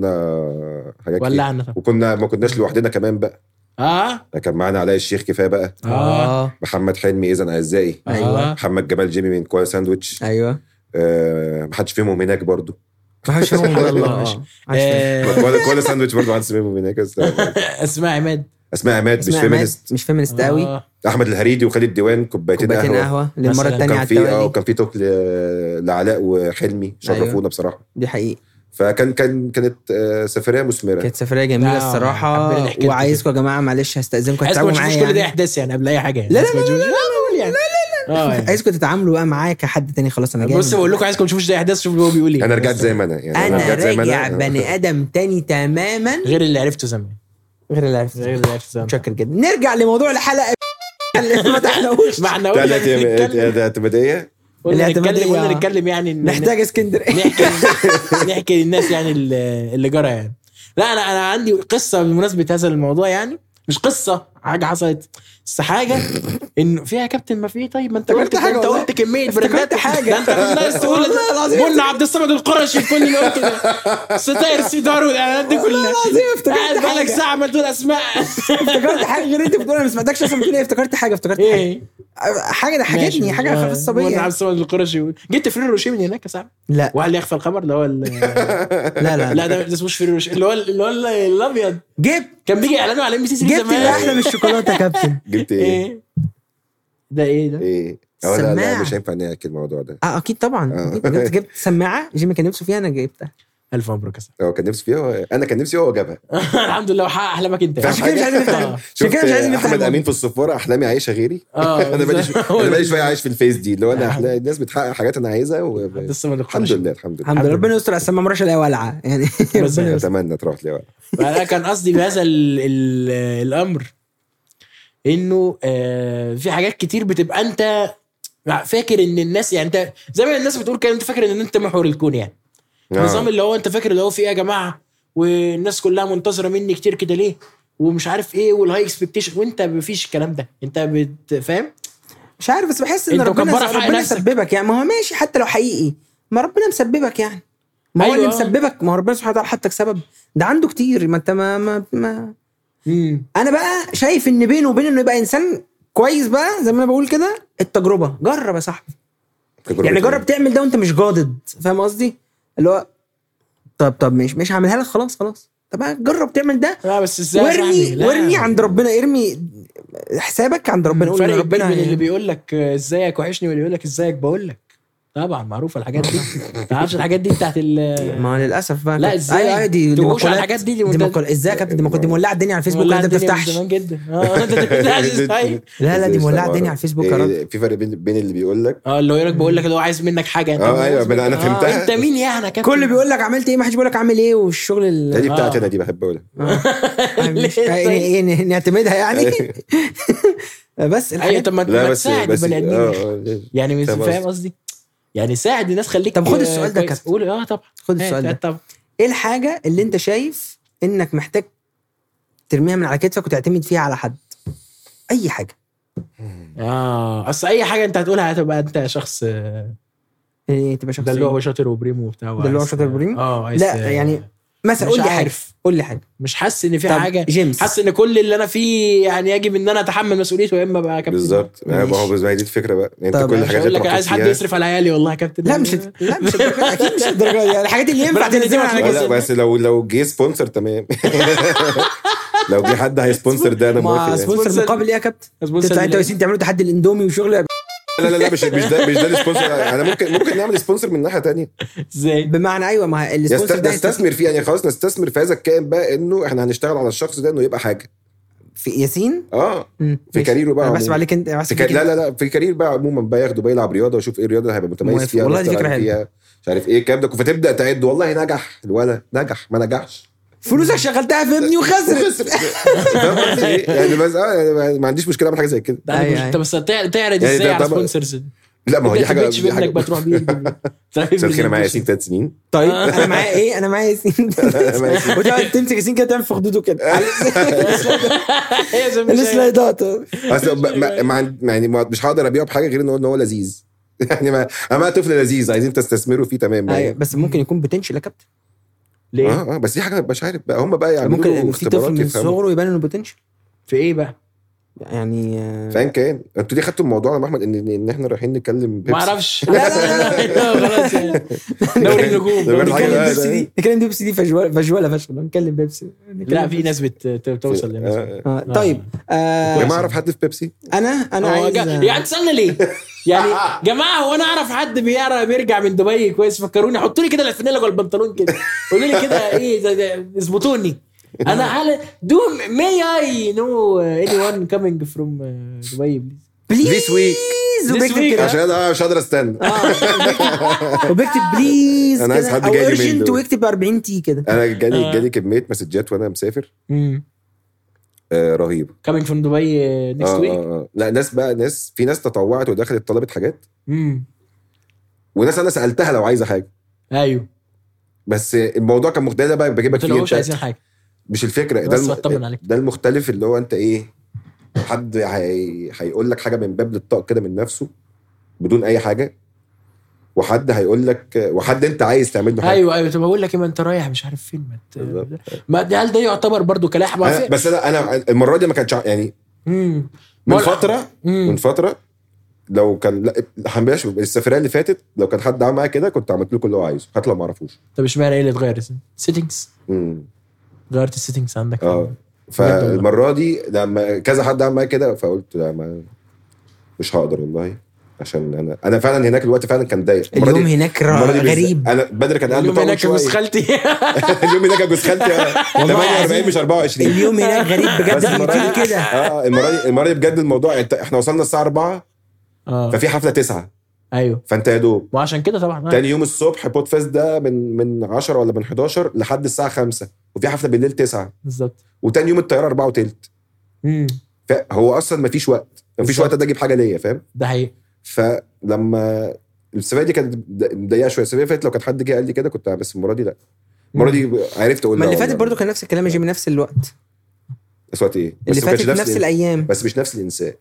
حضرنا حاجات كتير ولعنا طبعا وكنا ما كناش لوحدنا كمان بقى. اه كان معانا علاء الشيخ كفايه بقى اه اه محمد حلمي اذا اعزائي ايوه محمد جمال جيمي من كواي ساندويتش ايوه آه محدش فيهم هناك برضو ما حدش فاهم الله. والله. آه. محدش فاهم. آه، كواي كواي ساندويتش برضو محدش فيهم هناك بس اسماء عماد اسماء عماد مش اسمها عماد، فيمينست. مش فيمينست قوي. آه. احمد الهريدي وخالد ديوان كوبايتين كوبايتين قهوه. قهوه للمره مثلاً. الثانيه كان على في اه التوالي. وكان في توك ل- لعلاء وحلمي شرفونا أيوة. بصراحه. دي حقيقي فكان كان كانت آه، سفريه مثمره. كانت سفريه جميله آه، الصراحه. حبينا نحكي لكم وعايزكم يا جماعه معلش هستاذنكم عايزكم تتعاملوا ما معايا تشوفوش كل ده يعني. احداث يعني قبل اي حاجه يعني. لا، لا، عايزكم لا، تشوفوش- لا لا لا اه يعني. عايزكم تتعاملوا بقى معايا كحد تاني. خلاص انا جاي. بص بقول لكم عايزكم ما تشوفوش ده احداث شوفوا هو بيقول ايه. انا رجعت زي ما انا يعني انا رجعت زي ما راجع بني ادم تاني تماما غير اللي عرفته زمان غير اللي عرفت. غير اللي عرفته زمان متشكر جدا. نرجع لموضوع الحلقه اللي ما تحلوش. ما احنا لا قلنا لا نتكلم ده اعتماديه. قلنا الاعتمادية. نتكلم قلنا نتكلم يعني إن- نحتاج اسكندريه. نحكي نحكي للناس يعني اللي اللي جرى يعني. لا انا انا عندي قصه بمناسبه هذا الموضوع يعني. مش قصه حاجه حصلت بس حاجه انه فيها كابتن ما في. طيب ما انت قلت حاجة انت والله. قلت كميه افتكرت براندات حاجة. ده انت كنت ناقص تقول والله العظيم. قلنا عبد الصمد القرشي في كل اللي قلته ده ستاير سيدار والاعلانات دي كلها. العظيم افتكرت قاعد بقالك حاجة. ساعه ما تقول اسماء. افتكرت حاجه غير انت بتقول. انا ما سمعتكش اصلا بتقول ايه. افتكرت حاجه افتكرت حاجه ايه حاجه ضحكتني. حاجه قلنا خاصه عبد بيا. الصمد القرشي جبت فرير روشي من هناك يا صاحبي. لا وهل يخفى القمر اللي هو ال- لا لا لا ده ده اسمه فرير روشي اللي هو اللي هو الابيض جبت كان بيجي اعلانه على ام بي سي جبت اللي زمان. احلى من الشوكولاته يا كابتن. جبت ايه؟ ايه ده ايه ده ايه اه لا لا سماعة. مش هينفع نحكي الموضوع ده. اه اكيد طبعا. آه. أكيد. جبت جبت سماعه جيمي كان نفسه فيها انا جبتها. الف مبروك يا صاحبي. هو كان نفسي فيها هو- انا كان نفسي هو جابها. الحمد لله وحقق احلامك انت. عشان كده مش عايزين نفتح آه. عشان كده مش عايزين نفتح احمد الموضوع. امين في الصفاره احلامي عايشه غيري. اه انا بقالي بالظبط. انا بقالي شويه عايش في الفيس دي اللي هو انا أحلام الناس بتحقق حاجات انا عايزها و... عبد الصمد الحمد القرشي. لله الحمد لله. الحمد لله. ربنا يستر على السما مرش الاقي ولعه يعني. ربنا يستر. اتمنى تروح لي. فانا كان قصدي بهذا ال ال الامر انه آه في حاجات كتير بتبقى انت فاكر ان الناس يعني انت زي ما الناس بتقول كده انت فاكر ان انت محور الكون يعني. النظام اللي هو انت فاكر اللي هو في ايه يا جماعه والناس كلها منتظره مني كتير كده ليه ومش عارف ايه والهاي اكسبكتيشن، وانت مفيش الكلام ده، انت بتفهم. مش عارف بس بحس ان انت مكبرة ربنا في حق ربنا نفسك. مسببك يعني. ما هو ماشي حتى لو حقيقي، ما ربنا مسببك يعني، ما هو أيوة. اللي مسببك، ما هو ربنا سبحانه وتعالى حطك سبب، ده عنده كتير. ما انت ما, ما, ما امم انا بقى شايف ان بينه وبين انه يبقى انسان كويس بقى زي ما انا بقول كده التجربه. جرب يا صاحبي يعني، جرب تعمل ده وانت مش جادد، فاهم قصدي؟ اللي هو طب طب مش مش هعملها لك، خلاص خلاص، طب جرب تعمل ده. لا بس ازاي وارمي وارمي عند ربنا، ارمي حسابك عند ربنا. قول فرق ربنا بين اللي يعني. بيقول لك ازيك وحشني واللي بيقول لك ازيك بقول لك. طبعا معروفه الحاجات دي. ما تعرفش الحاجات دي بتاعت ال ما للاسف بقى لا كده. ازاي ايوه دي دي تقولش على مقولات. الحاجات دي دي دي مقول ازاي يا كابتن؟ دي مقولة- دي مولعه الدنيا على الفيسبوك مولعة وانت الدنيا من بتفتحش. زمان جدا. اه انت بتفتحش ازاي؟ لا لا دي مولعه الدنيا على الفيسبوك يا راجل. إيه، في فرق بين بين اللي بيقول لك اه اللي هو يقول لك بقول لك اللي هو عايز منك حاجه انت. اه ايوه انا انا آه فهمتها. انت مين يعني يا كابتن؟ كل بيقول لك عملت ايه، ما حدش بيقول لك عامل ايه، والشغل ال... دي بتاعتي آه. انا، دي بحب اقولها. مش إيه نعتمدها يعني. بس ايوه الحاجات. طب ما لا ما بس تساعد بس البني ادمين اه يا أخي. آه، يعني مش فاهم فاهم قصدي، يعني ساعد الناس خليك. طب خد السؤال ده يا كويس. كابتن. قول اه طبعا خد السؤال ده. طب ايه الحاجه اللي انت شايف انك محتاج ترميها من على كتفك وتعتمد فيها على حد؟ اي حاجه. اه اصل اي حاجه انت هتقولها هتبقى انت شخص ايه تبقى شخص ده اللي هو إيه؟ شاطر وبريمو وبتاع. ده اللي هو شاطر بريم. اه عايز- لا يعني مثلا مش قول لي حاجه، عارف. قول لي حاجه. مش حاسس ان في طب حاجه. جيمس. حاسس ان كل اللي انا فيه يعني يجب ان انا اتحمل مسؤوليته يا اما بقى كابتن. بالظبط. ما هو ماشي. بس ما هي دي الفكره بقى، انت طب كل مش الحاجات هقول اللي لك انت عايز محطوط حد فيها. يصرف على عيالي والله يا كابتن. لا مش لا مش الدرجة، اكيد مش الدرجه دي. الحاجات اللي ينفع بعد تنزلها على الاتنين لا كده. بس لو لو جه سبونسر تمام. لو جه حد هيسبونسر ده انا ما موافق يعني. سبونسر مقابل ايه يا كابتن؟ سبونسر تطلع انت ليه؟ وياسين تعملوا تحدي الاندومي وشغل. لا لا لا مش مش ده مش ده السبونسر. انا ممكن ممكن نعمل سبونسر من ناحيه تانية. ازاي؟ بمعنى ايوه ما السبونسر ده نستثمر فيه يعني، خلاص نستثمر في هذا الكائن بقى، انه احنا هنشتغل على الشخص ده انه يبقى حاجه في ياسين. اه مم. في ماشي. كاريره بقى انا بحسب عموماً. عليك انت في بحسب كار... عليك لا انت. لا لا في كارير بقى عموما بقى ياخده بقى يلعب رياضه ويشوف ايه الرياضه اللي هيبقى متميز موافق. فيها، والله دي ويشتغل فكرة حلوة. فيها مش عارف ايه الكلام ده، فتبدا تعد والله نجح الولد، نجح ما نجحش فلوسك شغلتها في ابني وخسرت. فاهم قصدي إيه؟ يعني بس اه يعني ما عنديش مشكله اعمل حاجه زي كده. ده أنا أي- مش- أي. انت بس تع- تعرض يعني ازاي ده على طبعا- سبونسرز. لا ما هو دي حاجه بتش دي منك حاجه بقى تروح بيه مساء الخير، انا معايا ياسين ثلاث سنين. طيب انا معايا ايه؟ انا معايا ياسين. وتقعد تمسك ياسين كده تعمل في خدوده كده السلايدات. اصل ب- ما ما عند- يعني ما- مش هقدر ابيعه بحاجه غير ان هو ان هو لذيذ. يعني ما انا طفل لذيذ عايزين تستثمروا فيه تمام ايوه يعني. بس ممكن يكون بوتنشال يا كابتن. ليه؟ اه اه بس دي حاجه مش عارف بقى، هم بقى يعملوا ممكن في طفل اختبارات من يفهموا. صغره يبان انه بوتنشال في ايه بقى؟ يعني آه، فاهم كان انتوا ليه خدتوا الموضوع يا احمد ان ان احنا رايحين نتكلم بيبسي؟ ما اعرفش. لا لا لا خلاص يعني. دوري النجوم. ده بيعمل حاجة نتكلم بقى بيبسي ده. دي نتكلم بيبسي دي فجوله فجوله فشل. نتكلم بيبسي. لا في ناس بت- بتوصل لناس. آه. آه، طيب يا آه جماعه اعرف حد في بيبسي؟ انا انا هو عايز جا- يعني تسالنا ليه؟ يعني جماعه هو انا اعرف حد بيعرف بيرجع من دبي كويس، فكروني حطوا لي كده الفانيلا جوه البنطلون كده، قولوا لي كده ايه ده- ده- اظبطوني. انا على دو ماي اي نو اني وان كامينج فروم دبي بليز. بليز This week. بليز وبكتب week. كده عشان انا مش قادر استنى. وبكتب بليز أنا عايز كده، حد او جاي لي من urgent دول. ويكتب أربعين تي كده. انا جالي آه. جالي كميه مسجات وانا مسافر آه رهيبه. كامينج فروم دبي نيكست آه ويك. آه آه. لا ناس بقى ناس في ناس تطوعت ودخلت طلبت حاجات، وناس انا سالتها لو عايزه حاجه، ايوه بس الموضوع كان مختلف بقى بجيب ما لك فيه طلعوش انت عايزين حاجه. مش الفكره ده بس الم... بطمن عليك. ده المختلف اللي هو انت ايه، حد هي... هيقول لك حاجه من باب للطاق كده من نفسه بدون اي حاجه، وحد هيقول لك، وحد انت عايز تعمل له حاجه. ايوه ايوه طب اقول لك ايه، ما انت رايح مش عارف فين، ما ت- ما ده- هل ده يعتبر برضو كلاح أنا ما بس انا انا المره دي ما كانش ع- يعني امم من فتره مم. من فتره لو كان لا حماش السفريه اللي فاتت لو كان حد عمل معايا كده كنت عملت له كل اللي هو عايزه حتى لو ما اعرفوش. طب اشمعنى ايه اللي اتغير؟ سيتنجز امم غيرت السيتنجز عندك. اه فالمره دي لما كذا حد عمل معايا كده فقلت لا ما مش هقدر والله، عشان انا انا فعلا هناك الوقت فعلا كان ضيق. المرة اليوم دي- هناك المرة دي بالذات- غريب. انا بدر كان قاعد اليوم مطول هناك شويه. جوز خالتي. اليوم هناك جوز خالتي ثمانية وأربعين مش أربعة وعشرين. اليوم هناك غريب بجد. بس المره بيطير دي كده. اه المره دي المره دي بجد الموضوع انت احنا وصلنا الساعه أربعة اه ففي حفله تسعة ايوه فانت يا دوب وعشان كده طبعا آه. تاني يوم الصبح بوت فيست ده من من عشرة ولا من حداشر لحد الساعه خمسة وفي حفله بالليل تسعة بالظبط. وتاني يوم الطياره أربعة وتلت. امم فهو اصلا مفيش وقت مفيش بالظبط. وقت ده اجيب حاجه ليا فاهم. ده حقيقي. فلما السفريه دي كانت مضايقه شويه. السفريه اللي فاتت لو كان حد جه قال لي كده كنت، بس المره دي لا، المره دي عرفت اقول ما لا اللي فاتت والله. برضو كان نفس الكلام يجي من نفس الوقت. اسوات ايه اللي بس ما كانش فاتت في نفس الإنس- الايام. بس مش نفس الانسان.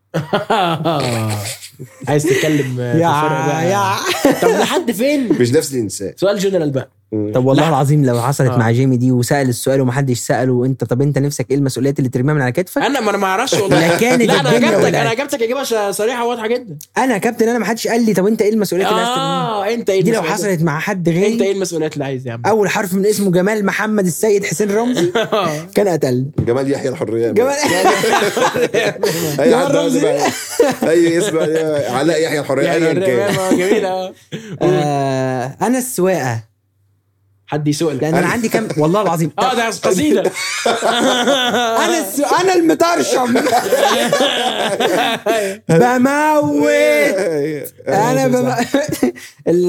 عايز تتكلم في الفرق بقى يا طب لحد فين مش نفس الانسان. سؤال جنرال بقى طب والله لا. العظيم لو حصلت آه. مع جيمي دي وسأل السؤال ومحدش سأله وانت طب انت نفسك ايه المسؤوليات اللي ترميها من على كتفك؟ انا ما انا ما اعرفش والله لا كانت لا انا الدنيا اجابتك ولعت. انا اجابتك اجابه صريحه وواضحه جدا. انا كابتن انا محدش قال لي طب انت ايه المسؤوليات اللي عايز ترميها؟ اه انت ايه دي لو المسؤوليات؟ حصلت مع حد انت ايه غيري المسؤوليات اللي عايز يا عم اول حرف من اسمه جمال محمد السيد حسين رمزي كان قتل جمال يحيى الحريه. جمال اي جمال حد رمزي. بقى اي اسم بقى. علاء يحيى الحريه يعني ايا كان. الرمامة جميله آه، انا السواقه حد يسوق لان انا أنا- عندي كام والله العظيم اه ده قصيده انا السو... انا المطرشم بموت انا بم... ال...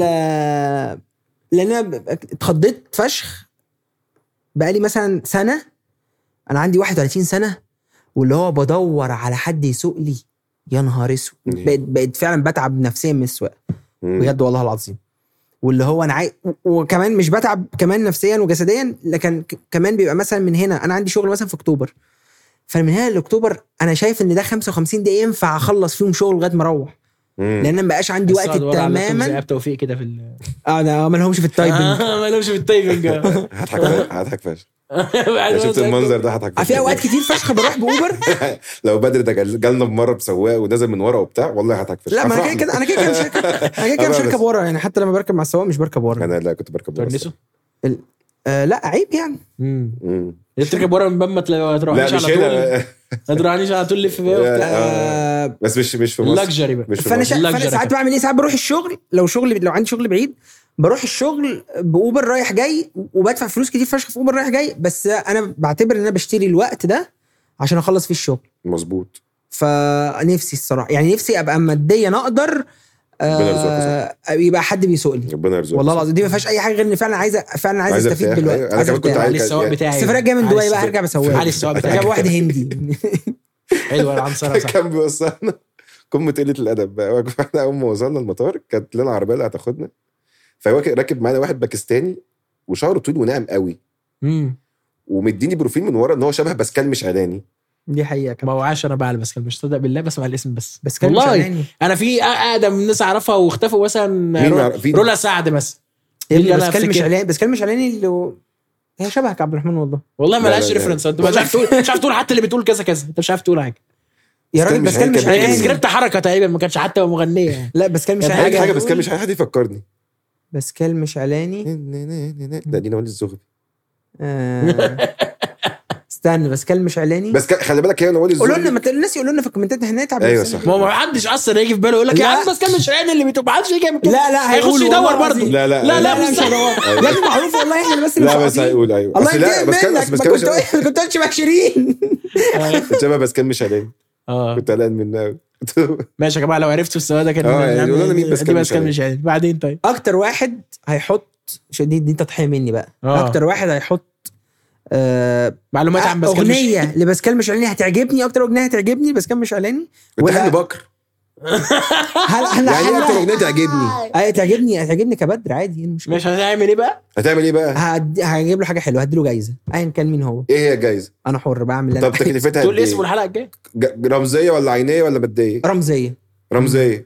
لان انا ب- اتخضيت فشخ بقالي مثلا سنه. انا عندي واحد وثلاثين سنه واللي هو بدور على حد يسوق لي. يا نهار اسود بقيت بقيت فعلا بتعب نفسيا من السواقه بجد والله العظيم. واللي هو انا عاي... وكمان مش بتعب كمان نفسيا وجسديا لكن ك... كمان بيبقى مثلا من هنا انا عندي شغل مثلا في اكتوبر فمن هنا لاكتوبر انا شايف ان ده خمسة وخمسين دقيقه ينفع اخلص فيهم شغل لغايه ما اروح لان انا ما بقاش عندي وقت تماما. زي توفيق كده في ال اه انا ما لهمش في التايبنج. ما لهمش في التايبنج هضحك هضحك فشخ. شفت المنظر ده هضحك فشخ. في اوقات كتير فشخ بروح باوبر. لو بدر ده جالنا بمره بسواق ونزل من ورا وبتاع والله هضحك فشخ. لا ما انا كده كده انا كده كده مش هركب انا كده كده مش هركب ورا يعني حتى لما بركب مع السواق مش بركب ورا. انا لا كنت بركب ورا. تونسه آه لا عيب يعني. مم. تركب ورا من باب ما لا تروحش مش على طول هنا. ما تروحنيش على طول لف بيها وبتاع آه بس مش مش في مصر. اللكجري بقى مش في فانا مصر. شا... اللكجري فانا ساعات كده. بعمل ايه ساعات بروح الشغل لو شغلي لو عندي شغل بعيد بروح الشغل باوبر رايح جاي وبدفع فلوس كتير فشخ في اوبر رايح جاي بس انا بعتبر ان انا بشتري الوقت ده عشان اخلص فيه الشغل. مظبوط. فنفسي الصراحه يعني نفسي ابقى ماديا اقدر ربنا يرزقك آه يبقى حد بيسوق لي ربنا يرزقك. والله العظيم دي ما فيهاش اي حاجه غير ان فعلا عايزه فعلا عايز عايز استفيد أرتاح. دلوقتي. أنا عايز كمان كنت أرتاح. عايز- علي السواق بتاعي السفرية جايه من دبي بقى علي هرجع بسوق. علي السواق بتاعي. جاب واحد هندي. حلو العنصر صح كان بيوصلنا قمه قله الادب بقى. احنا اول ما وصلنا المطار كانت لنا عربيه اللي هتاخدنا فهو راكب معانا واحد باكستاني وشعره طويل وناعم قوي امم ومديني بروفيل من ورا ان هو شبه باسكال مش علاني. دي حقيقه كمان. ما وعاش انا بقى بس مش صدق بالله بس مع الاسم بس بس كان مش والله علاني. انا في اقدم ناس اعرفها واختفوا مثلا مين رو- عر- في- رولا سعد مثلا يا دي اللي ابني أنا بس كان مش أفتكر. علاني بس كان مش علاني اللي هو- هي شبهك عبد الرحمن والله. والله ما لا، لهاش لا، لا. ريفرنس انت مش عارف تقول مش عارف تقول حتى اللي بتقول كذا كذا انت مش عارف تقول حاجه يا راجل مش بس كان علاني، مش كان كان علاني. سكريبت حركه تقريبا ما كانش حتى مغنيه يعني. لا بس كان مش كان حاجه علاني. حاجه بس كان مش حد يفكرني. بس كان مش علاني. ده دينا ولي الزغبي. آه. استنى بس كان مش علاني. بس كان- خلي بالك هي نوال قولوا لنا الزغبي. ما ت- الناس يقولوا لنا في الكومنتات احنا نتعب أيوة نفسنا. صح. ما هو ما حدش اصلا يجي في باله يقول لك يا لا. عم بس كان مش عين اللي بتبقى ما حدش يجي يعمل كده لا لا هيخش هيقولوا يدور والله برضه العظيم. لا لا لا لا لا مش مش هدور. يا ابني معروف والله احنا بس اللي لا بس مسقطين. هيقول ايوه الله أصل لا ينتقم بس كان منك بس ما كان كنت ما كنت قلتش مع شيرين. كنت شبه بس كان مش علاني. اه كنت قلقان منه قوي. ماشي يا جماعه لو عرفتوا السؤال ده كان آه، يعني يا عم قولوا لنا مين بس دي كان بس مش كان عين. مش عين بعدين طيب اكتر واحد هيحط شو دي دي تضحيه مني بقى. آه. اكتر واحد هيحط آه معلومات عن بس كان مش اغنيه لباسكال مش علاني هتعجبني. اكتر اغنيه هتعجبني باسكال مش علاني. انت ولا- حد بكر هل هل يعني ايه اكتر هل اغنيه تعجبني؟ هتعجبني هتعجبني كبدر عادي. ايه المشكله؟ مش هتعمل ايه بقى هتعمل ايه بقى؟ هد- هجيب له حاجه حلوه هديله جايزه ايا كان مين هو. ايه هي الجايزه؟ انا حر بعمل اللي انا طب عايزه. تكلفتها تقول قد اسمه ايه؟ الحلقه الجايه ج- رمزيه ولا عينيه ولا ماديه؟ رمزيه. رمزيه.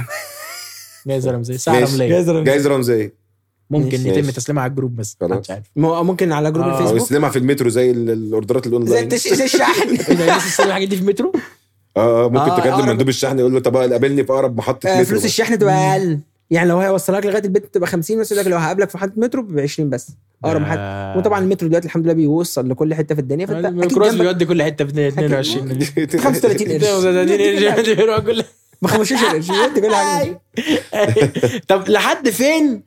جايزه رمزيه ساعه ماشي. رمليه جايزه جايزه رمزيه. ممكن ماشي. يتم تسليمها على الجروب بس خلاص. محدش عارف م- ممكن على جروب آه. او الفيسبوك يستلمها في المترو زي ال- الاوردرات زي الاونلاين. التش- زي الشحن. ايه ده الناس تستلم الحاجات دي في مترو اه اه ممكن آه، تكلم أقرب. مندوب الشحن يقول له طب قابلني في اقرب محطه آه، مترو. فلوس الشحن تبقى اقل يعني لو هيوصلك لغايه البيت تبقى خمسين بس يقول لك لو هقابلك في محطه مترو ب عشرين بس اقرب محطه. آه. وطبعا المترو دلوقتي الحمد لله بيوصل لكل حته في الدنيا فانت اكيد الميكروز جنبك بيودي كل حته في اتنين وعشرين خمسة وثلاثين قرش كل ب خمستاشر قرش يودي كل حاجه. طب لحد فين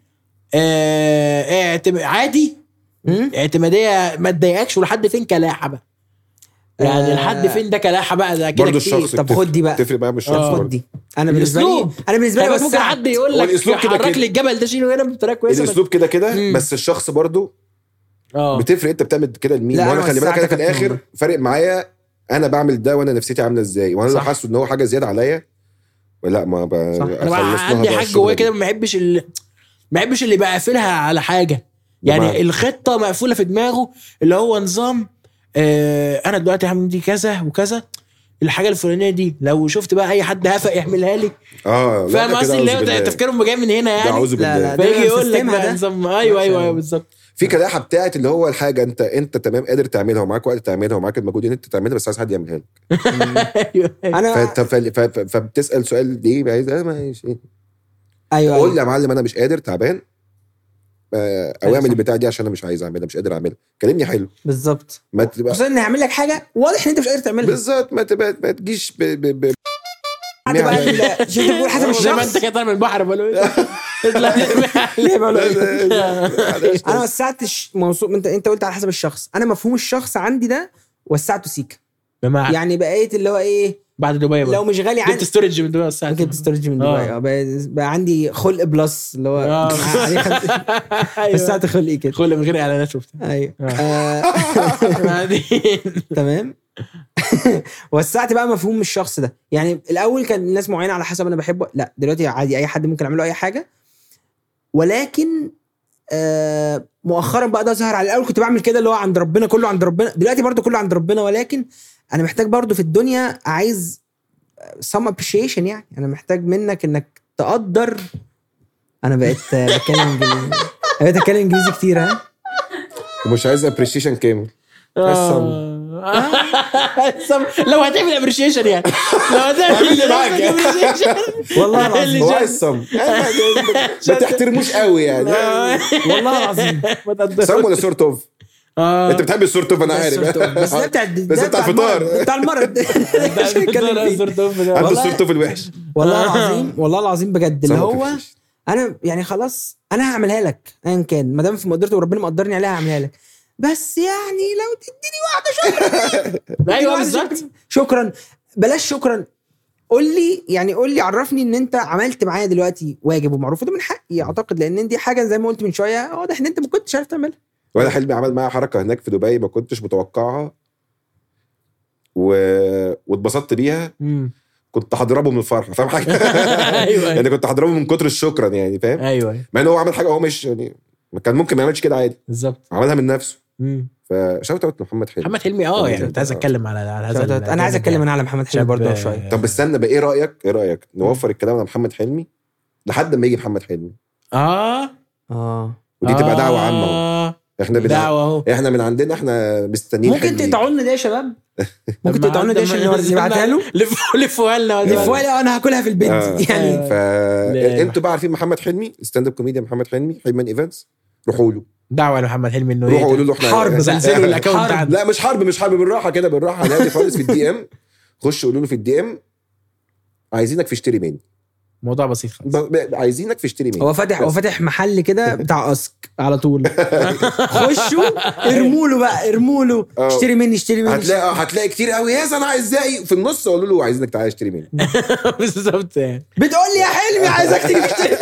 آه اعتم... عادي مم؟ اعتماديه ما تضايقكش ولحد فين كلاحه بقى يعني آه. لحد فين ده كلاحه بقى ده كده برضه كتير الشخص طب بتفرق- خد دي بقى. تفرق معاه بالشخص آه. خد برضه. دي انا بالنسبه لي الأسلوب. انا بالنسبه لي طيب ممكن وسعت. حد يقول هو لك الأسلوب كده حرك كده. لي الجبل ده شيله هنا بطريقه كويسه بس- الاسلوب كده كده مم. بس الشخص برضه اه بتفرق انت بتعمل كده لمين. لا، وانا أنا خلي بالك انا وسعتك في الاخر أكتر. فارق معايا انا بعمل ده وانا نفسيتي عامله ازاي وانا لو صح. حاسه ان هو حاجه زياده عليا لا ما ب... صح. انا بقى عندي حاجه جوايا كده ما بحبش ال... ما بحبش اللي بقى قافلها على حاجه يعني بمعنى؟ الخطه مقفوله في دماغه اللي هو نظام آه انا دلوقتي هعمل دي كذا وكذا، الحاجه الفلانيه دي لو شفت بقى اي حد هفق يعملها لي. اه فاهم قصدي اللي هو تفكيرهم جاي من هنا يعني. اعوذ بالله. لا فيجي يقول لك سيستمها بقى ده. نظام ايوه ايوه ايوه بالظبط. في كلاحه بتاعت اللي هو الحاجه انت انت تمام قادر تعملها ومعاك وقت تعملها ومعاك المجهود ان انت تعملها، بس عايز حد يعملها لك. ايوه انا فانت ف- ف- ف- فبتسال سؤال ليه عايز انا ماشي ايوه قول لي أيوة. يا معلم انا مش قادر تعبان، آه، او اعمل البتاع دي عشان انا مش عايز اعملها، مش قادر اعملها، كلمني حلو. بالظبط. ما تبقى خصوصا اني هعمل لك حاجه واضح ان انت مش قادر تعملها. بالظبط، ما تبقى ما تجيش ب... ب... ب... هتبقى ال- شفت بقول حسب زي ما انت الشخص. كده طالع من البحر بقول انا ما وسعتش موضوع، انت انت قلت على حسب الشخص، انا مفهوم الشخص عندي ده وسعته سيكا. بمعنى يعني بقيت اللي هو ايه، بعد دبي لو مش غالي جبت عندي ستورج من دبي الساعه ممكن تستورج من دبي. آه. اه بقى, بقى عندي خلق بلس اللي هو آه. عليه خمسين- وسعت خلقي كده. خلق من غير اعلانات وبتاع. ايوه آه. آه، بعدين تمام. وسعت بقى مفهوم الشخص ده. يعني الاول كان الناس معينه على حسب انا بحبه، لا دلوقتي عادي اي حد ممكن اعمل له اي حاجه. ولكن آه مؤخرا بقى ده ظهر على الاول كنت بعمل كده اللي هو عند ربنا كله عند ربنا، دلوقتي برضو كله عند ربنا. ولكن انا محتاج برضو في الدنيا عايز some appreciation. يعني انا محتاج منك انك تقدر. انا بقيت آه، بتكلم انجليزي بقيت اتكلم انجليزي كتير. ها ومش عايز ابريشيشن كامل. آه. لو هتعمل ابريشيشن يعني لو هتعمل معاك. appreciation. والله العظيم هو عايز صم ما تحترموش قوي يعني. والله العظيم ما تقدرش. صم ولا سورت اوف؟ آه. انت بتحب السورت اوف انا عارف. بس ده بتاع بس ده بتاع الفطار. المرض. بتاع المرض مش هنتكلم فيه. عنده والله- السورت اوف الوحش. والله العظيم والله العظيم بجد اللي صم هو وكفش. انا يعني خلاص انا هعملها لك ايا كان ما دام في مقدرتي وربنا مقدرني عليها هعملها لك. بس يعني لو تديني واحده شكرا. ايوه واحدة بالظبط. شكراً. شكرا بلاش شكرا. قول لي يعني قول لي عرفني ان انت عملت معايا دلوقتي واجب ومعروف، وده من حقي اعتقد لان دي حاجه زي ما قلت من شويه واضح ان انت ما كنتش عارف تعملها. وانا حلمي عمل معايا حركه هناك في دبي ما كنتش متوقعها و... واتبسطت بيها. مم. كنت هضربه من الفرحه، فاهم حاجه؟ ايوه يعني كنت هضربه من كتر الشكرا يعني، فاهم؟ ايوه مع ان هو عمل حاجه هو مش يعني كان ممكن ما يعملش كده عادي، بالظبط. عملها من نفسه. مم. فشوت اوت محمد حلمي. محمد حلمي اه يعني كنت عايز اتكلم على على هذا ال- انا عايز اتكلم انا على محمد حلمي شاب- برضه شويه. طب استنى بقى، ايه رايك ايه رايك نوفر الكلام على محمد حلمي لحد ما يجي محمد حلمي، اه اه ودي تبقى دعوه عامه اهو. آه. احنا بنع... دعوه اهو. احنا من عندنا احنا مستنيين ممكن حلمي. تقطعوا لنا دي يا شباب. ممكن طب تقطعوا لنا دي عشان ما- نبعتها له. لفوا لفوا لنا لفوا لي انا هاكلها في البيت آه. يعني. فا انتوا بقى عارفين محمد حلمي ستاند اب كوميديا محمد حلمي حلمان ايفنتس، روحوا له دعوه لمحمد حلمي انه روحوا قولوا له احنا حرب بقى. زلزلوا الاكونت حرب. عنده. لا مش حرب مش حرب بالراحه كده بالراحه نادي خالص في الدي ام. خش قولوا له في الدي ام عايزينك في اشتري مني، موضوع بسيط خالص. ب- ب- عايزينك في اشتري مني. هو فاتح هو فاتح محل كده بتاع اسك على طول. خشوا ارموا له بقى ارموا له آه. اشتري مني اشتري مني. هتلاقي آه، هتلاقي كتير قوي يا انا عايز زي في النص قولوا له عايزينك تعالى اشتري مني. بالظبط يعني بتقول لي يا حلمي عايزك تيجي تشتري.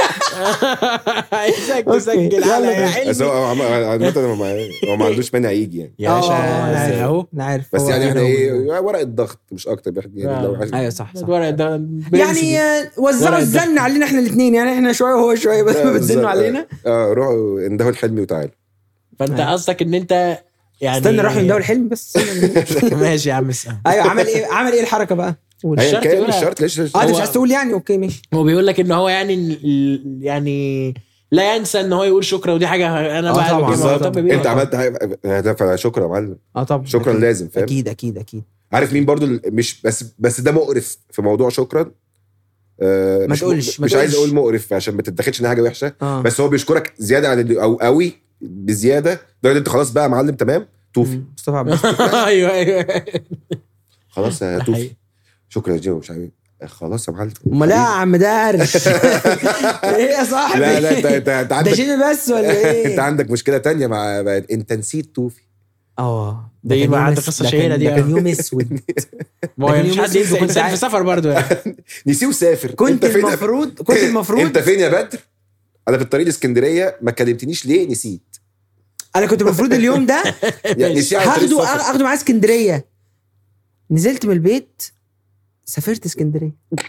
عايزك أوكي. تسجل على يا بس حلمي هو عم- عامة هو ما- هو ما عندوش مانع يجي يعني، يا باشا آه، اهو. انا عارف بس هو يعني احنا كده ايه هو. ورقه ضغط مش اكتر يعني آه. لو عايز- ايوه صح صح. الورق ده يعني آه، وزعوا ورق الزن علينا احنا الاثنين يعني احنا شويه وهو شويه بس آه، بتزنوا بالظبط. علينا. اه روحوا اندهوا الحلمي وتعالوا. فانت قصدك ان انت يعني استنى راح ندور الحلم بس. ماشي يا عم اسلام. ايوا عمل ايه عمل ايه الحركه بقى؟ قول. ايا الشرط كان يقولها. الشرط ليش ليش- اه انت هو- مش عايز تقول يعني اوكي ماشي. هو بيقول لك ان هو يعني ال- يعني لا ينسى ان هو يقول شكرا، ودي حاجه انا آه بقى طبعاً. ببقى مهتم بيها. انت عملت حاجه ده فشكرا يا معلم، اه طبعا شكرا أكيد. لازم فاهم. اكيد اكيد اكيد. عارف مين برضو ال- مش بس بس ده مقرف في موضوع شكرا. آه ما مش تقولش- ما مش عايز تقولش. اقول مقرف عشان ما تتاخدش انها حاجه وحشه، اه بس هو بيشكرك زياده عن اللي- او قوي بزياده لدرجه انت خلاص بقى يا معلم تمام توفي مم. مصطفى عباس. ايوه ايوه خلاص يا ده توفي حقيقي. شكرا يا جيمي مش عارف إيه. خلاص يا معلم امال ايه يا عم درش؟ ايه يا صاحبي؟ لا لا انت انت انت ده عندك جيمي بس ولا ايه؟ انت عندك مشكله تانية مع مع- انت نسيت توفي. اه ده كان يبقى يوم عنده أس- قصة ده كان- شهيرة دي، ده كان آه. يوم اسود. ما هو لكن مش يوم حد أسود ينسى وكنت انسان في عايز- سفر برضه يعني. نسيه وسافر. كنت انت فين المفروض كنت المفروض انت فين يا بدر؟ انا في الطريق لاسكندريه ما كلمتنيش ليه؟ نسيت انا كنت المفروض اليوم ده يعني نسيه على طريق هاخده السفر. اخده معايا اسكندريه. نزلت من البيت سافرت اسكندريه.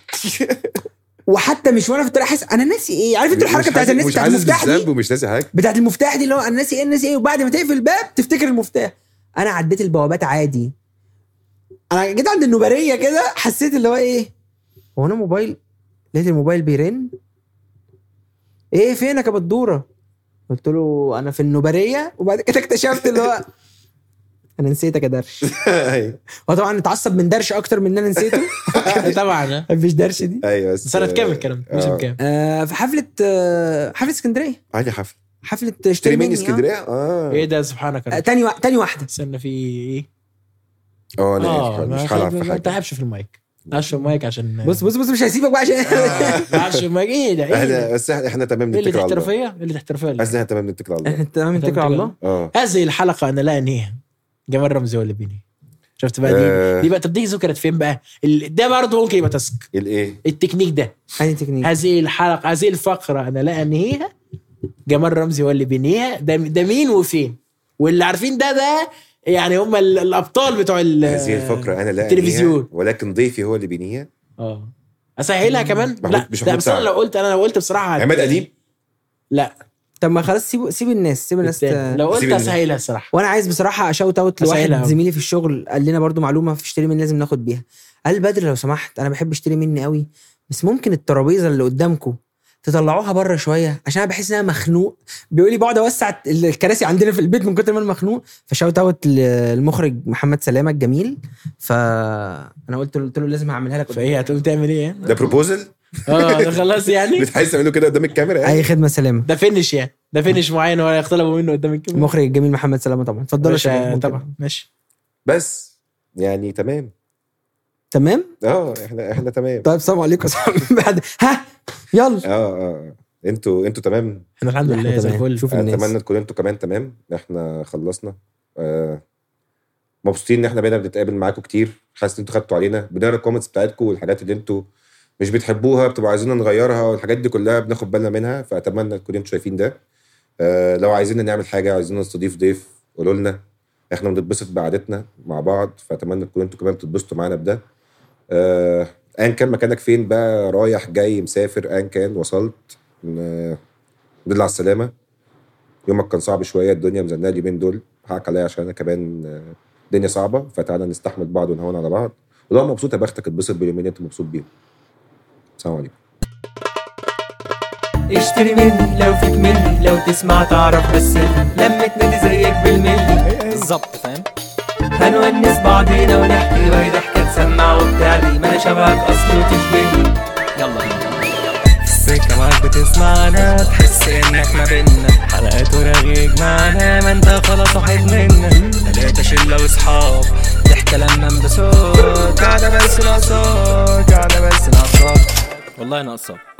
وحتى مش وانا في الطريق حاسس انا ناسي ايه. عارف انت الحركه مش بتاعت حاسس- الناس مش بتاعت حاسس المفتاح بالذنب دي ومش ناسي حاجه. بتاعت المفتاح دي اللي هو انا ناسي ايه ناسي ايه وبعد ما تقفل الباب تفتكر المفتاح. انا عديت البوابات عادي. انا جيت عند النوبريه كده حسيت اللي هو ايه، هو انا موبايل، لقيت الموبايل بيرن، ايه فينك يا بدوره؟ قلت له انا في النوبريه. وبعد كده اكتشفت اللي هو انا نسيتك يا درش. ايوه هو طبعا اتعصب من درش اكتر من ان انا نسيته. طبعا مفيش درش دي. ايوه بس سنه كام الكلام ده؟ موسم آه. كام؟ آه في حفله آه حفله اسكندريه، عادي حفل حفله اشتري اشتري مني مني اسكندريه. اه ايه ده سبحانك يا آه رب. تاني وا... تاني واحده. استنى في ايه؟ اه انا اه آسف، ما مش هلعب في ما حاجه. تلعبش في المايك، ما تلعبش في المايك عشان بص بص بص مش هسيبك بقى عشان ما تلعبش في المايك. ايه ده؟ ايه احنا ده؟ بس احنا احنا تمام ايه اللي نتكل على الله. احترافيه؟ اللي احترافيه بس احنا تمام نتكل على الله. احنا تمام نتكل على الله. اه هذه الحلقه انا لا انهيها. جمال رمزي ولا بيني؟ شفت بقى دي آه. دي بقى. طب دي ذكرت فين بقى؟ ال- ده برضه ممكن يبقى تاسك الايه التكنيك ده. هاني تكنيك. هذه الحلقه هذه الفقره انا لا انهيها. جمال رمزي هو اللي بينهيها. ده ده مين وفين؟ واللي عارفين ده ده يعني هم ال- الابطال بتوع ال- هذه الفقره انا لا التلفزيون. أنهيها، ولكن ضيفي هو اللي بينيها. اه اسهلها كمان. محمود- لا مش لا محمود بس انا سعد. لو قلت انا لو قلت بصراحه هت- عماد اديب. لا طب ما خلاص سيب سيب الناس سيب الناس التاني. ت... لو قلت سيب الناس. اسهلها الصراحه. وانا عايز بصراحه اشوت اوت أسهلها لواحد أوي. زميلي في الشغل قال لنا برضو معلومه في اشتري مني لازم ناخد بيها. قال بدر لو سمحت انا بحب اشتري مني قوي، بس ممكن الترابيزه اللي قدامكم تطلعوها بره شويه عشان انا بحس ان انا مخنوق. بيقول لي بقعد اوسع الكراسي عندنا في البيت من كتر ما انا مخنوق. فشوت اوت للمخرج محمد سلامه الجميل. فانا قلت له قلت له لازم اعملها لك. فايه هتقوم تعمل ايه؟ ده بروبوزل. اه ده خلاص يعني. بتحس تعمله كده قدام الكاميرا يعني. اي خدمه سلامه. ده فينش يعني. ده فينش معين ولا يختلفوا منه قدام الكاميرا. المخرج الجميل محمد سلامه طبعا. اتفضلوا يا شباب. باشا ممكن. طبعا ماشي. بس يعني تمام. تمام. اه احنا احنا تمام. طيب السلام عليكم يا صاحبي. بعد ها يلا. اه اه انتوا انتوا تمام. احنا الحمد إحنا لله زي تمام. الفل. شوف الناس. اتمنى تكونوا انتوا كمان تمام. احنا خلصنا. آه مبسوطين ان احنا بقينا بنتقابل معاكم كتير. حاسس ان انتوا خدتوا علينا. بنقرا الكومنتس بتاعتكم والحاجات اللي انتوا مش بتحبوها بتبقوا عايزين نغيرها والحاجات دي كلها بناخد بالنا منها. فاتمنى تكونوا انتوا شايفين ده. آه لو عايزين نعمل حاجه عايزين نستضيف ضيف قولوا لنا. احنا بنتبسط بقعدتنا مع بعض. فاتمنى تكونوا انتوا كمان بتتبسطوا معانا بده. آه ايا كان مكانك فين بقى رايح جاي مسافر ايا كان وصلت. آه الحمد لله على السلامه. يومك كان صعب شويه. الدنيا مزنقه اليومين دول. حقك عليا عشان انا كمان آه الدنيا صعبه. فتعالى نستحمل بعض ونهون على بعض. ولو مبسوط يا بختك اتبسط باليومين اللي انت مبسوط بيهم. السلام عليكم. اشتري مني لو فيك مني لو تسمع تعرف بس لما تنادي زيك بالملي بالظبط فاهم. هنونس بعضينا ونحكي وهي ضحكة تسمع وبتعلي ما انا شبهك اصلي وتشبهني. يلا بينا في السكة معاك بتسمعنا تحس انك ما بينا حلقات ورغيك معنا ما انت خلاص واحد منا. تلاتة شلة واصحاب ضحكة لما انبسط قاعدة بس ناقصاك قاعدة بس ناقصاك والله ناقصاك.